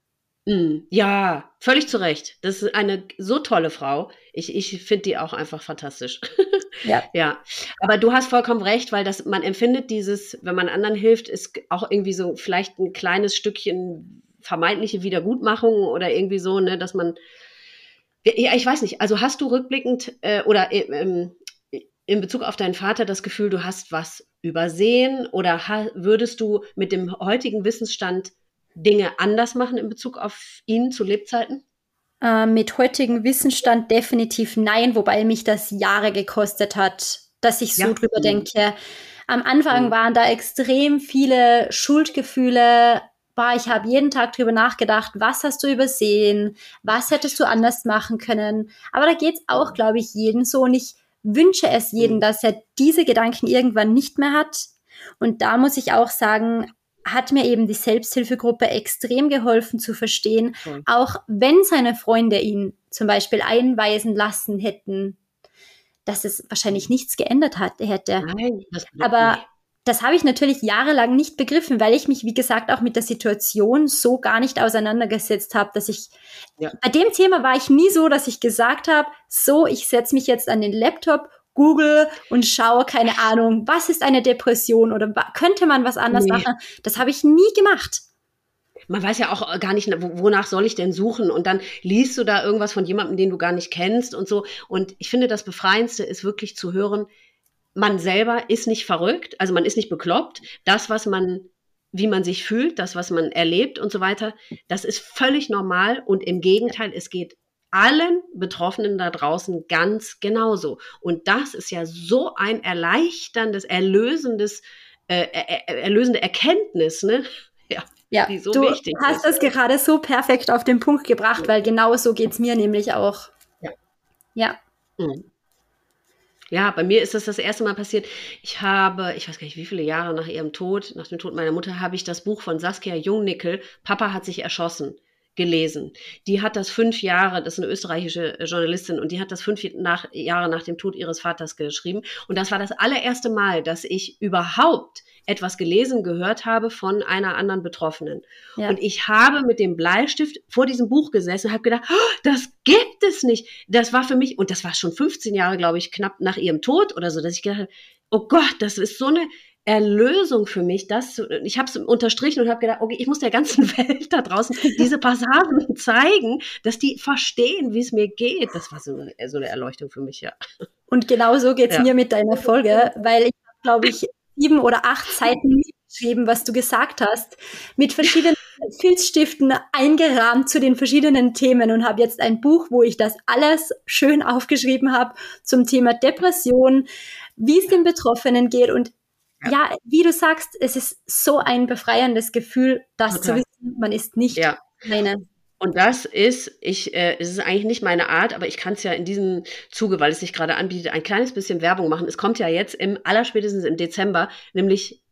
Ja, völlig zu Recht. Das ist eine so tolle Frau. Ich finde die auch einfach fantastisch. Ja. Aber du hast vollkommen recht, weil man empfindet wenn man anderen hilft, ist auch irgendwie so vielleicht ein kleines Stückchen vermeintliche Wiedergutmachung oder irgendwie so, ne, dass man, ja, ich weiß nicht, also hast du rückblickend oder in Bezug auf deinen Vater das Gefühl, du hast was übersehen oder würdest du mit dem heutigen Wissensstand Dinge anders machen in Bezug auf ihn zu Lebzeiten? Mit heutigem Wissensstand definitiv nein, wobei mich das Jahre gekostet hat, dass ich so drüber denke. Am Anfang waren da extrem viele Schuldgefühle. Ich habe jeden Tag drüber nachgedacht, was hast du übersehen, was hättest du anders machen können. Aber da geht's auch, glaube ich, jedem so. Und ich wünsche es jedem, dass er diese Gedanken irgendwann nicht mehr hat. Und da muss ich auch sagen, hat mir eben die Selbsthilfegruppe extrem geholfen zu verstehen, auch wenn seine Freunde ihn zum Beispiel einweisen lassen hätten, dass es wahrscheinlich nichts geändert hätte. Nein, aber das habe ich natürlich jahrelang nicht begriffen, weil ich mich, wie gesagt, auch mit der Situation so gar nicht auseinandergesetzt habe, dass ich, bei dem Thema war ich nie so, dass ich gesagt habe, so, ich setze mich jetzt an den Laptop, Google und schaue, keine Ahnung, was ist eine Depression oder könnte man was anders machen? Das habe ich nie gemacht. Man weiß ja auch gar nicht, wonach soll ich denn suchen? Und dann liest du da irgendwas von jemandem, den du gar nicht kennst und so. Und ich finde, das Befreiendste ist wirklich zu hören, man selber ist nicht verrückt, also man ist nicht bekloppt. Das, wie man sich fühlt, das, was man erlebt und so weiter, das ist völlig normal. Und im Gegenteil, es geht allen Betroffenen da draußen ganz genauso. Und das ist ja so ein erleichterndes, erlösende Erkenntnis, ne? Ja, die so du wichtig hast das gerade so perfekt auf den Punkt gebracht, weil genau so geht's mir nämlich auch. Ja. Ja, bei mir ist das erste Mal passiert. Ich weiß gar nicht, wie viele Jahre nach dem Tod meiner Mutter, habe ich das Buch von Saskia Jungnickel, Papa hat sich erschossen, gelesen. Die hat das 5 Jahre, das ist eine österreichische Journalistin, und die hat das 5 Jahre nach dem Tod ihres Vaters geschrieben. Und das war das allererste Mal, dass ich überhaupt etwas gehört habe von einer anderen Betroffenen. Ja. Und ich habe mit dem Bleistift vor diesem Buch gesessen und habe gedacht, oh, das gibt es nicht. Das war für mich, und das war schon 15 Jahre, glaube ich, knapp nach ihrem Tod oder so, dass ich gedacht habe, oh Gott, das ist so eine Erlösung für mich, ich habe es unterstrichen und habe gedacht, okay, ich muss der ganzen Welt da draußen diese Passagen zeigen, dass die verstehen, wie es mir geht. Das war so eine Erleuchtung für mich, ja. Und genau so geht's mir mit deiner Folge, weil ich habe, glaube ich, 7 oder 8 Seiten geschrieben, was du gesagt hast, mit verschiedenen Filzstiften eingerahmt zu den verschiedenen Themen und habe jetzt ein Buch, wo ich das alles schön aufgeschrieben habe zum Thema Depression, wie es den Betroffenen geht und ja, wie du sagst, es ist so ein befreiendes Gefühl, das zu wissen, man ist nicht alleine. Und das ist, es ist eigentlich nicht meine Art, aber ich kann es ja in diesem Zuge, weil es sich gerade anbietet, ein kleines bisschen Werbung machen. Es kommt ja jetzt allerspätestens im Dezember, nämlich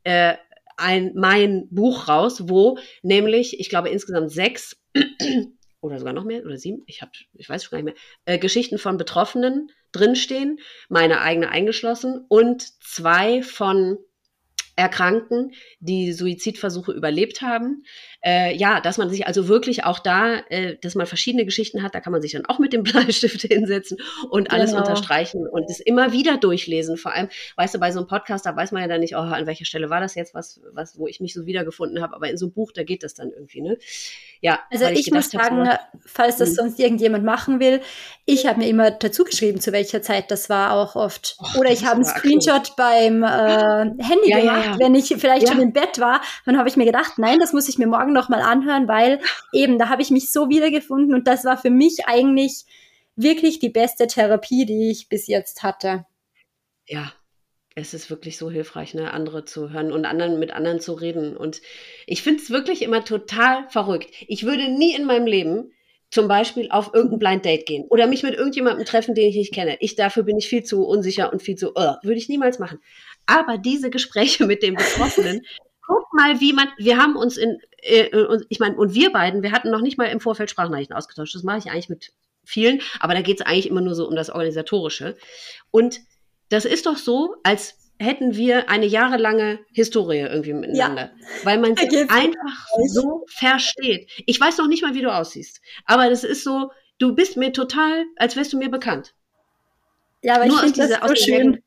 mein Buch raus, wo nämlich, ich glaube insgesamt 6 oder sogar noch mehr, oder 7, ich weiß schon gar nicht mehr, Geschichten von Betroffenen drinstehen, meine eigene eingeschlossen, und 2 von Erkrankten, die Suizidversuche überlebt haben. Dass man sich also wirklich auch dass man verschiedene Geschichten hat, da kann man sich dann auch mit dem Bleistift hinsetzen und alles unterstreichen und es immer wieder durchlesen. Vor allem, weißt du, bei so einem Podcast, da weiß man ja dann nicht, an welcher Stelle war das jetzt, wo ich mich so wiedergefunden habe, aber in so einem Buch, da geht das dann irgendwie, ne? Ja. Also ich muss sagen, falls das sonst irgendjemand machen will, ich habe mir immer dazu geschrieben, zu welcher Zeit das war auch oft. Oder ich habe einen Screenshot beim Handy gemacht, wenn ich vielleicht schon im Bett war. Dann habe ich mir gedacht, nein, das muss ich mir morgen noch mal anhören, weil eben, da habe ich mich so wiedergefunden und das war für mich eigentlich wirklich die beste Therapie, die ich bis jetzt hatte. Ja. Es ist wirklich so hilfreich, ne, andere zu hören und mit anderen zu reden. Und ich finde es wirklich immer total verrückt. Ich würde nie in meinem Leben zum Beispiel auf irgendein Blind Date gehen oder mich mit irgendjemandem treffen, den ich nicht kenne. Dafür bin ich viel zu unsicher und viel zu, würde ich niemals machen. Aber diese Gespräche mit den Betroffenen, guck mal, wir haben uns und wir beiden, wir hatten noch nicht mal im Vorfeld Sprachnachrichten ausgetauscht. Das mache ich eigentlich mit vielen, aber da geht es eigentlich immer nur so um das Organisatorische. Und das ist doch so, als hätten wir eine jahrelange Historie irgendwie miteinander, weil man sich einfach so versteht. Ich weiß noch nicht mal, wie du aussiehst, aber das ist so, du bist mir total, als wärst du mir bekannt. Ja, aber nur ich finde das so schön.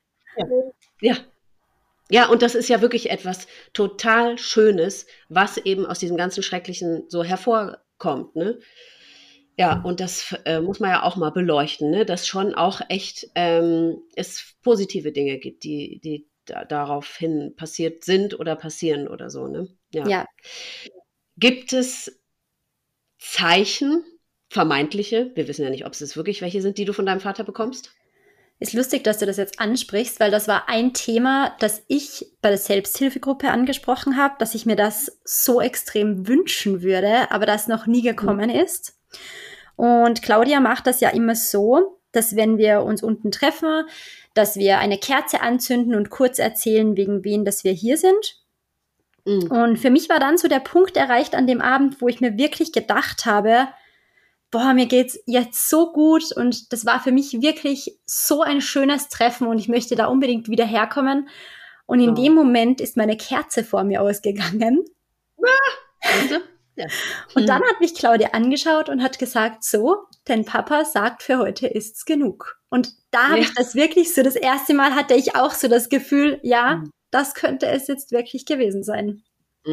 Ja, und das ist ja wirklich etwas total Schönes, was eben aus diesem ganzen Schrecklichen so hervorkommt, ne? Ja, und das muss man ja auch mal beleuchten, ne? Dass schon auch echt es positive Dinge gibt, die daraufhin passiert sind oder passieren oder so, ne? Ja. Gibt es Zeichen, vermeintliche, wir wissen ja nicht, ob es wirklich welche sind, die du von deinem Vater bekommst? Ist lustig, dass du das jetzt ansprichst, weil das war ein Thema, das ich bei der Selbsthilfegruppe angesprochen habe, dass ich mir das so extrem wünschen würde, aber das noch nie gekommen ist. Und Claudia macht das ja immer so, dass wenn wir uns unten treffen, dass wir eine Kerze anzünden und kurz erzählen, wegen wen dass wir hier sind. Und für mich war dann so der Punkt erreicht an dem Abend, wo ich mir wirklich gedacht habe, boah, mir geht's jetzt so gut und das war für mich wirklich so ein schönes Treffen und ich möchte da unbedingt wieder herkommen. Und in dem Moment ist meine Kerze vor mir ausgegangen. Ja. Und dann hat mich Claudia angeschaut und hat gesagt, so, dein Papa sagt, für heute ist's genug. Und da habe ich das wirklich so, das erste Mal hatte ich auch so das Gefühl, das könnte es jetzt wirklich gewesen sein.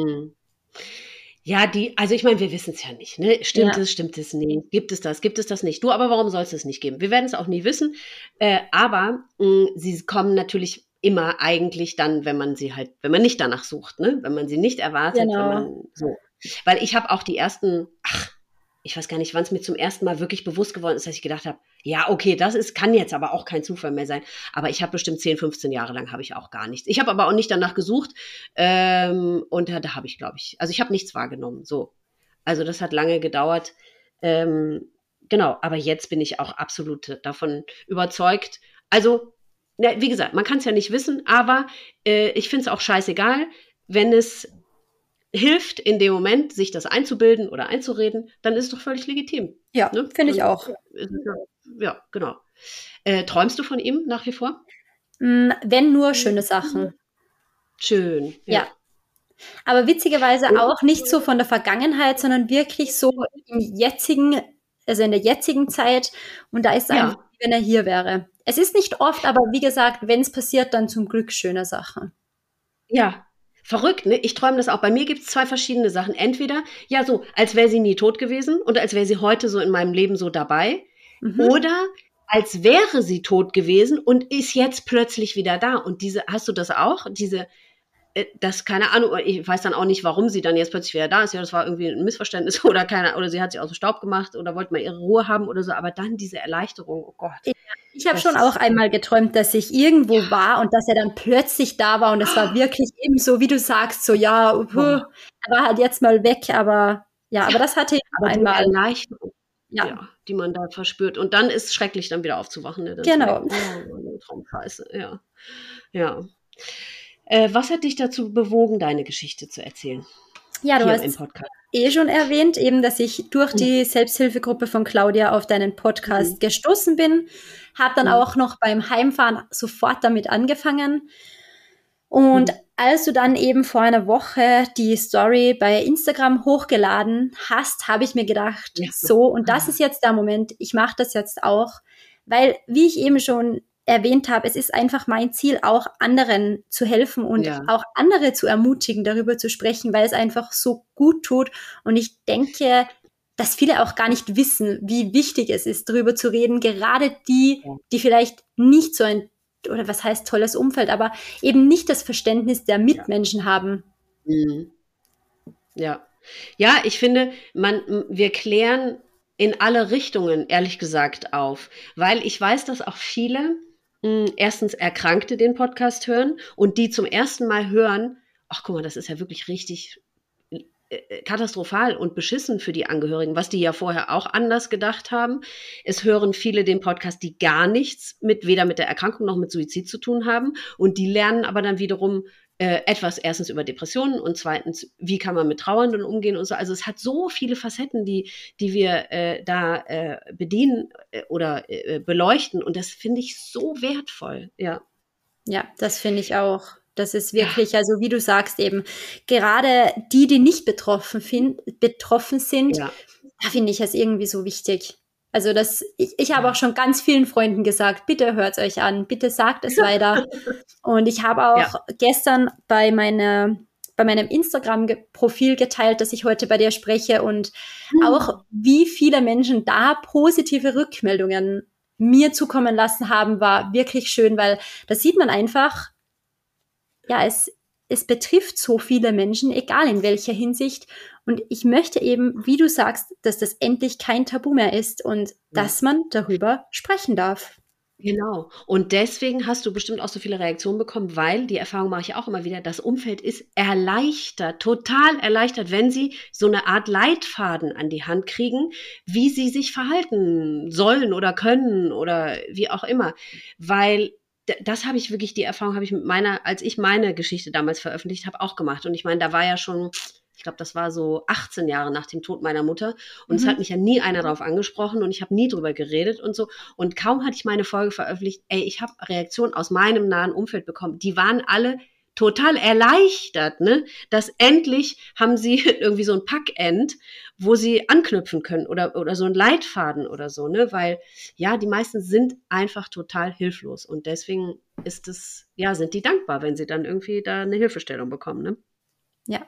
Ja, also ich meine, wir wissen es ja nicht, ne? Stimmt es nicht? Gibt es das nicht? Du, aber warum soll es das nicht geben? Wir werden es auch nie wissen, aber sie kommen natürlich immer eigentlich dann, wenn man nicht danach sucht, ne? Wenn man sie nicht erwartet, wenn man so. Weil ich habe auch die ersten, ich weiß gar nicht, wann es mir zum ersten Mal wirklich bewusst geworden ist, dass ich gedacht habe, ja, okay, kann jetzt aber auch kein Zufall mehr sein. Aber ich habe bestimmt 10, 15 Jahre lang habe ich auch gar nichts. Ich habe aber auch nicht danach gesucht und da habe ich, glaube ich, also ich habe nichts wahrgenommen. So, also das hat lange gedauert. Genau, aber jetzt bin ich auch absolut davon überzeugt. Also, wie gesagt, man kann es ja nicht wissen, aber ich finde es auch scheißegal, wenn es hilft in dem Moment, sich das einzubilden oder einzureden, dann ist es doch völlig legitim. Ja, ne? Finde ich auch. Ja, genau. Träumst du von ihm nach wie vor? Wenn nur schöne Sachen. Schön. Ja. Aber witzigerweise auch nicht so von der Vergangenheit, sondern wirklich so in der jetzigen Zeit. Und da ist es einfach, wenn er hier wäre. Es ist nicht oft, aber wie gesagt, wenn es passiert, dann zum Glück schöne Sachen. Ja, verrückt, ne? Ich träume das auch. Bei mir gibt es 2 verschiedene Sachen. Entweder, ja, so, als wäre sie nie tot gewesen und als wäre sie heute so in meinem Leben so dabei. Mhm. Oder als wäre sie tot gewesen und ist jetzt plötzlich wieder da. Und hast du das auch? Das, keine Ahnung, ich weiß dann auch nicht, warum sie dann jetzt plötzlich wieder da ist. Ja, das war irgendwie ein Missverständnis oder sie hat sich aus dem Staub gemacht oder wollte mal ihre Ruhe haben oder so. Aber dann diese Erleichterung, oh Gott. Ich habe schon auch einmal geträumt, dass ich irgendwo war und dass er dann plötzlich da war und es war wirklich eben so, wie du sagst, so ja, er war halt jetzt mal weg, aber aber das hatte ich aber einmal. Die Erleichterung, die man da verspürt. Und dann ist es schrecklich, dann wieder aufzuwachen. Ne? Dann genau. Traumscheiße, ja. Was hat dich dazu bewogen, deine Geschichte zu erzählen? Ja, du hast schon erwähnt, eben, dass ich durch die Selbsthilfegruppe von Claudia auf deinen Podcast gestoßen bin. Habe dann auch noch beim Heimfahren sofort damit angefangen. Und als du dann eben vor einer Woche die Story bei Instagram hochgeladen hast, habe ich mir gedacht, das ist jetzt der Moment, ich mache das jetzt auch. Weil, wie ich eben schon erwähnt habe, es ist einfach mein Ziel, auch anderen zu helfen und auch andere zu ermutigen, darüber zu sprechen, weil es einfach so gut tut. Und ich denke, dass viele auch gar nicht wissen, wie wichtig es ist, darüber zu reden. Gerade die vielleicht nicht so ein, oder was heißt tolles Umfeld, aber eben nicht das Verständnis der Mitmenschen haben. Ja, ich finde, wir klären in alle Richtungen, ehrlich gesagt, auf. Weil ich weiß, dass auch viele erstens Erkrankte den Podcast hören und die zum ersten Mal hören, ach guck mal, das ist ja wirklich richtig katastrophal und beschissen für die Angehörigen, was die ja vorher auch anders gedacht haben. Es hören viele den Podcast, die gar nichts weder mit der Erkrankung noch mit Suizid zu tun haben und die lernen aber dann wiederum etwas erstens über Depressionen und zweitens, wie kann man mit Trauernden umgehen und so. Also es hat so viele Facetten, die wir da bedienen oder beleuchten und das finde ich so wertvoll, ja. Ja, das finde ich auch. Das ist wirklich, also wie du sagst eben, gerade die nicht betroffen sind, da finde ich es irgendwie so wichtig. Also ich habe auch schon ganz vielen Freunden gesagt, bitte hört es euch an, bitte sagt es weiter. Und ich habe auch gestern bei meinem Instagram-Profil geteilt, dass ich heute bei dir spreche und auch wie viele Menschen da positive Rückmeldungen mir zukommen lassen haben, war wirklich schön, weil da sieht man einfach, es betrifft so viele Menschen, egal in welcher Hinsicht. Und ich möchte eben, wie du sagst, dass das endlich kein Tabu mehr ist und dass man darüber sprechen darf. Genau. Und deswegen hast du bestimmt auch so viele Reaktionen bekommen, weil, die Erfahrung mache ich auch immer wieder, das Umfeld ist erleichtert, total erleichtert, wenn sie so eine Art Leitfaden an die Hand kriegen, wie sie sich verhalten sollen oder können oder wie auch immer. Weil das habe ich wirklich, die Erfahrung habe ich als ich meine Geschichte damals veröffentlicht habe, auch gemacht. Und ich meine, da war ja schon, ich glaube, das war so 18 Jahre nach dem Tod meiner Mutter. Und es hat mich ja nie einer darauf angesprochen und ich habe nie drüber geredet und so. Und kaum hatte ich meine Folge veröffentlicht, ich habe Reaktionen aus meinem nahen Umfeld bekommen. Die waren alle total erleichtert, ne? Dass endlich haben sie irgendwie so ein Packend, wo sie anknüpfen können oder so ein Leitfaden oder so, ne? Weil die meisten sind einfach total hilflos und deswegen sind die dankbar, wenn sie dann irgendwie da eine Hilfestellung bekommen, ne? Ja.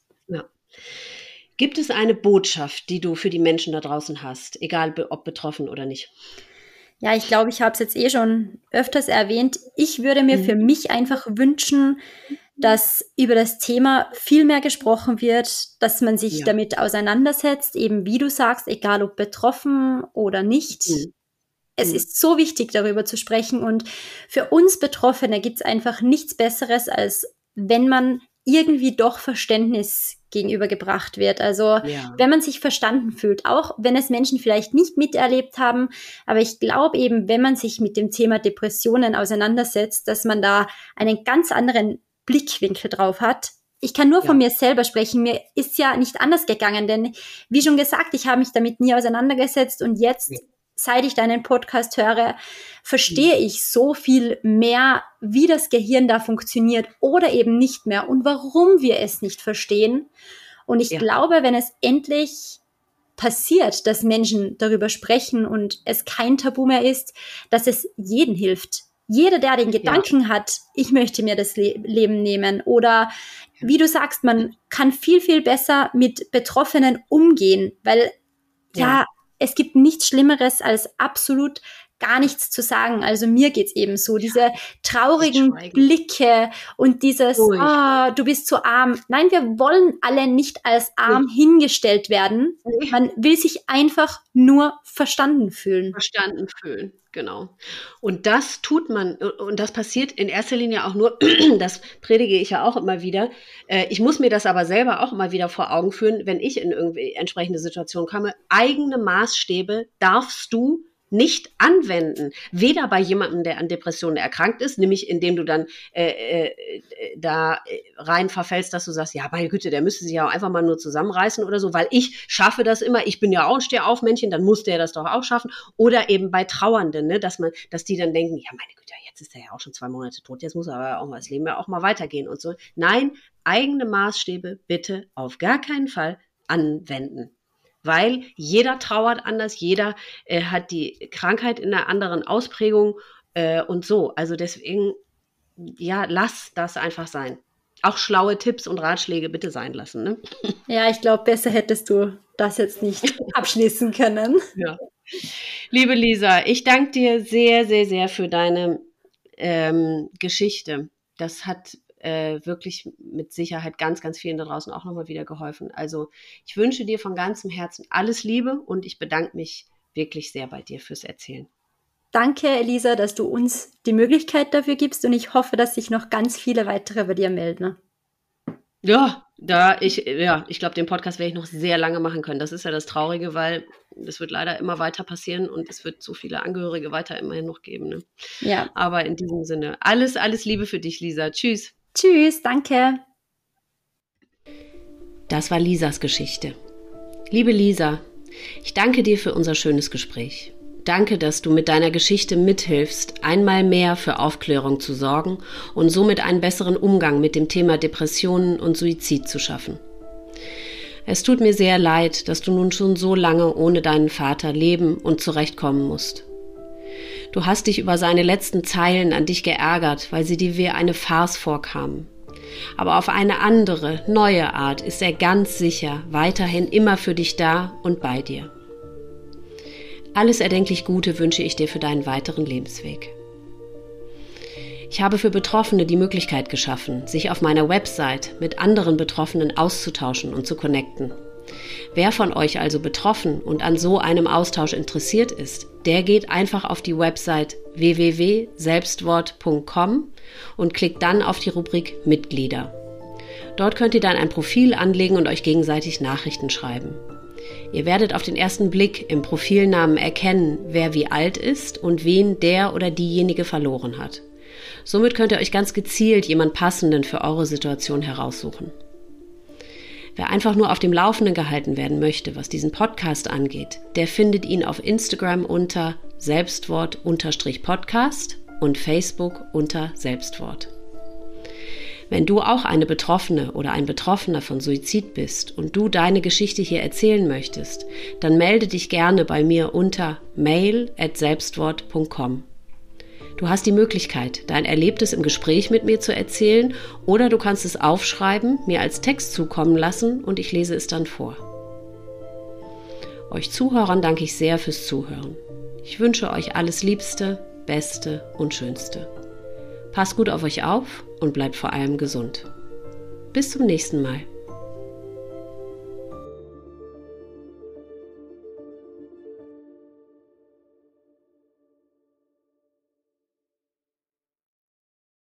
Gibt es eine Botschaft, die du für die Menschen da draußen hast, egal ob betroffen oder nicht? Ja, ich glaube, ich habe es jetzt schon öfters erwähnt. Ich würde mir für mich einfach wünschen, dass über das Thema viel mehr gesprochen wird, dass man sich damit auseinandersetzt, eben wie du sagst, egal ob betroffen oder nicht. Es ist so wichtig, darüber zu sprechen und für uns Betroffene gibt es einfach nichts Besseres, als wenn man irgendwie doch Verständnis gegenübergebracht wird. Also wenn man sich verstanden fühlt, auch wenn es Menschen vielleicht nicht miterlebt haben, aber ich glaube eben, wenn man sich mit dem Thema Depressionen auseinandersetzt, dass man da einen ganz anderen Blickwinkel drauf hat. Ich kann nur von mir selber sprechen, mir ist ja nicht anders gegangen, denn wie schon gesagt, ich habe mich damit nie auseinandergesetzt und jetzt seit ich deinen Podcast höre, verstehe ich so viel mehr, wie das Gehirn da funktioniert oder eben nicht mehr und warum wir es nicht verstehen. Und ich glaube, wenn es endlich passiert, dass Menschen darüber sprechen und es kein Tabu mehr ist, dass es jedem hilft. jeder, der den Gedanken hat, ich möchte mir das Leben nehmen oder wie du sagst, man kann viel, viel besser mit Betroffenen umgehen, weil es gibt nichts Schlimmeres als absolut gar nichts zu sagen. Also mir geht's eben so, diese traurigen Blicke und dieses, du bist zu arm. Nein, wir wollen alle nicht als arm hingestellt werden. Man will sich einfach nur verstanden fühlen. Verstanden fühlen, genau. Und das tut man, und das passiert in erster Linie auch nur, das predige ich ja auch immer wieder, ich muss mir das aber selber auch immer wieder vor Augen führen, wenn ich in irgendwie entsprechende Situationen komme, eigene Maßstäbe darfst du nicht anwenden. Weder bei jemandem, der an Depressionen erkrankt ist, nämlich indem du dann da rein verfällst, dass du sagst, ja, meine Güte, der müsste sich ja auch einfach mal nur zusammenreißen oder so, weil ich schaffe das immer, ich bin ja auch ein Stehaufmännchen, dann muss der das doch auch schaffen. Oder eben bei Trauernden, ne, dass die dann denken, ja, meine Güte, jetzt ist er ja auch schon 2 Monate tot, jetzt muss aber auch mal das Leben ja auch mal weitergehen und so. Nein, eigene Maßstäbe bitte auf gar keinen Fall anwenden. Weil jeder trauert anders, jeder hat die Krankheit in einer anderen Ausprägung und so. Also deswegen, ja, lass das einfach sein. Auch schlaue Tipps und Ratschläge bitte sein lassen. Ne? Ja, ich glaube, besser hättest du das jetzt nicht abschließen können. Ja. Liebe Lisa, ich danke dir sehr, sehr, sehr für deine Geschichte. Das hat wirklich mit Sicherheit ganz, ganz vielen da draußen auch nochmal wieder geholfen. Also ich wünsche dir von ganzem Herzen alles Liebe und ich bedanke mich wirklich sehr bei dir fürs Erzählen. Danke, Elisa, dass du uns die Möglichkeit dafür gibst und ich hoffe, dass sich noch ganz viele weitere bei dir melden. Ja, ich glaube, den Podcast werde ich noch sehr lange machen können. Das ist ja das Traurige, weil das wird leider immer weiter passieren und es wird so viele Angehörige weiter immerhin noch geben. Ne? Ja. Aber in diesem Sinne, alles, alles Liebe für dich, Lisa. Tschüss. Tschüss, danke. Das war Lisas Geschichte. Liebe Lisa, ich danke dir für unser schönes Gespräch. Danke, dass du mit deiner Geschichte mithilfst, einmal mehr für Aufklärung zu sorgen und somit einen besseren Umgang mit dem Thema Depressionen und Suizid zu schaffen. Es tut mir sehr leid, dass du nun schon so lange ohne deinen Vater leben und zurechtkommen musst. Du hast dich über seine letzten Zeilen an dich geärgert, weil sie dir wie eine Farce vorkamen. Aber auf eine andere, neue Art ist er ganz sicher weiterhin immer für dich da und bei dir. Alles erdenklich Gute wünsche ich dir für deinen weiteren Lebensweg. Ich habe für Betroffene die Möglichkeit geschaffen, sich auf meiner Website mit anderen Betroffenen auszutauschen und zu connecten. Wer von euch also betroffen und an so einem Austausch interessiert ist, der geht einfach auf die Website www.selbstwort.com und klickt dann auf die Rubrik Mitglieder. Dort könnt ihr dann ein Profil anlegen und euch gegenseitig Nachrichten schreiben. Ihr werdet auf den ersten Blick im Profilnamen erkennen, wer wie alt ist und wen der oder diejenige verloren hat. Somit könnt ihr euch ganz gezielt jemand Passenden für eure Situation heraussuchen. Wer einfach nur auf dem Laufenden gehalten werden möchte, was diesen Podcast angeht, der findet ihn auf Instagram unter Selbstwort_Podcast und Facebook unter Selbstwort. Wenn du auch eine Betroffene oder ein Betroffener von Suizid bist und du deine Geschichte hier erzählen möchtest, dann melde dich gerne bei mir unter mail@selbstwort.com. Du hast die Möglichkeit, dein Erlebtes im Gespräch mit mir zu erzählen oder du kannst es aufschreiben, mir als Text zukommen lassen und ich lese es dann vor. Euch Zuhörern danke ich sehr fürs Zuhören. Ich wünsche euch alles Liebste, Beste und Schönste. Passt gut auf euch auf und bleibt vor allem gesund. Bis zum nächsten Mal.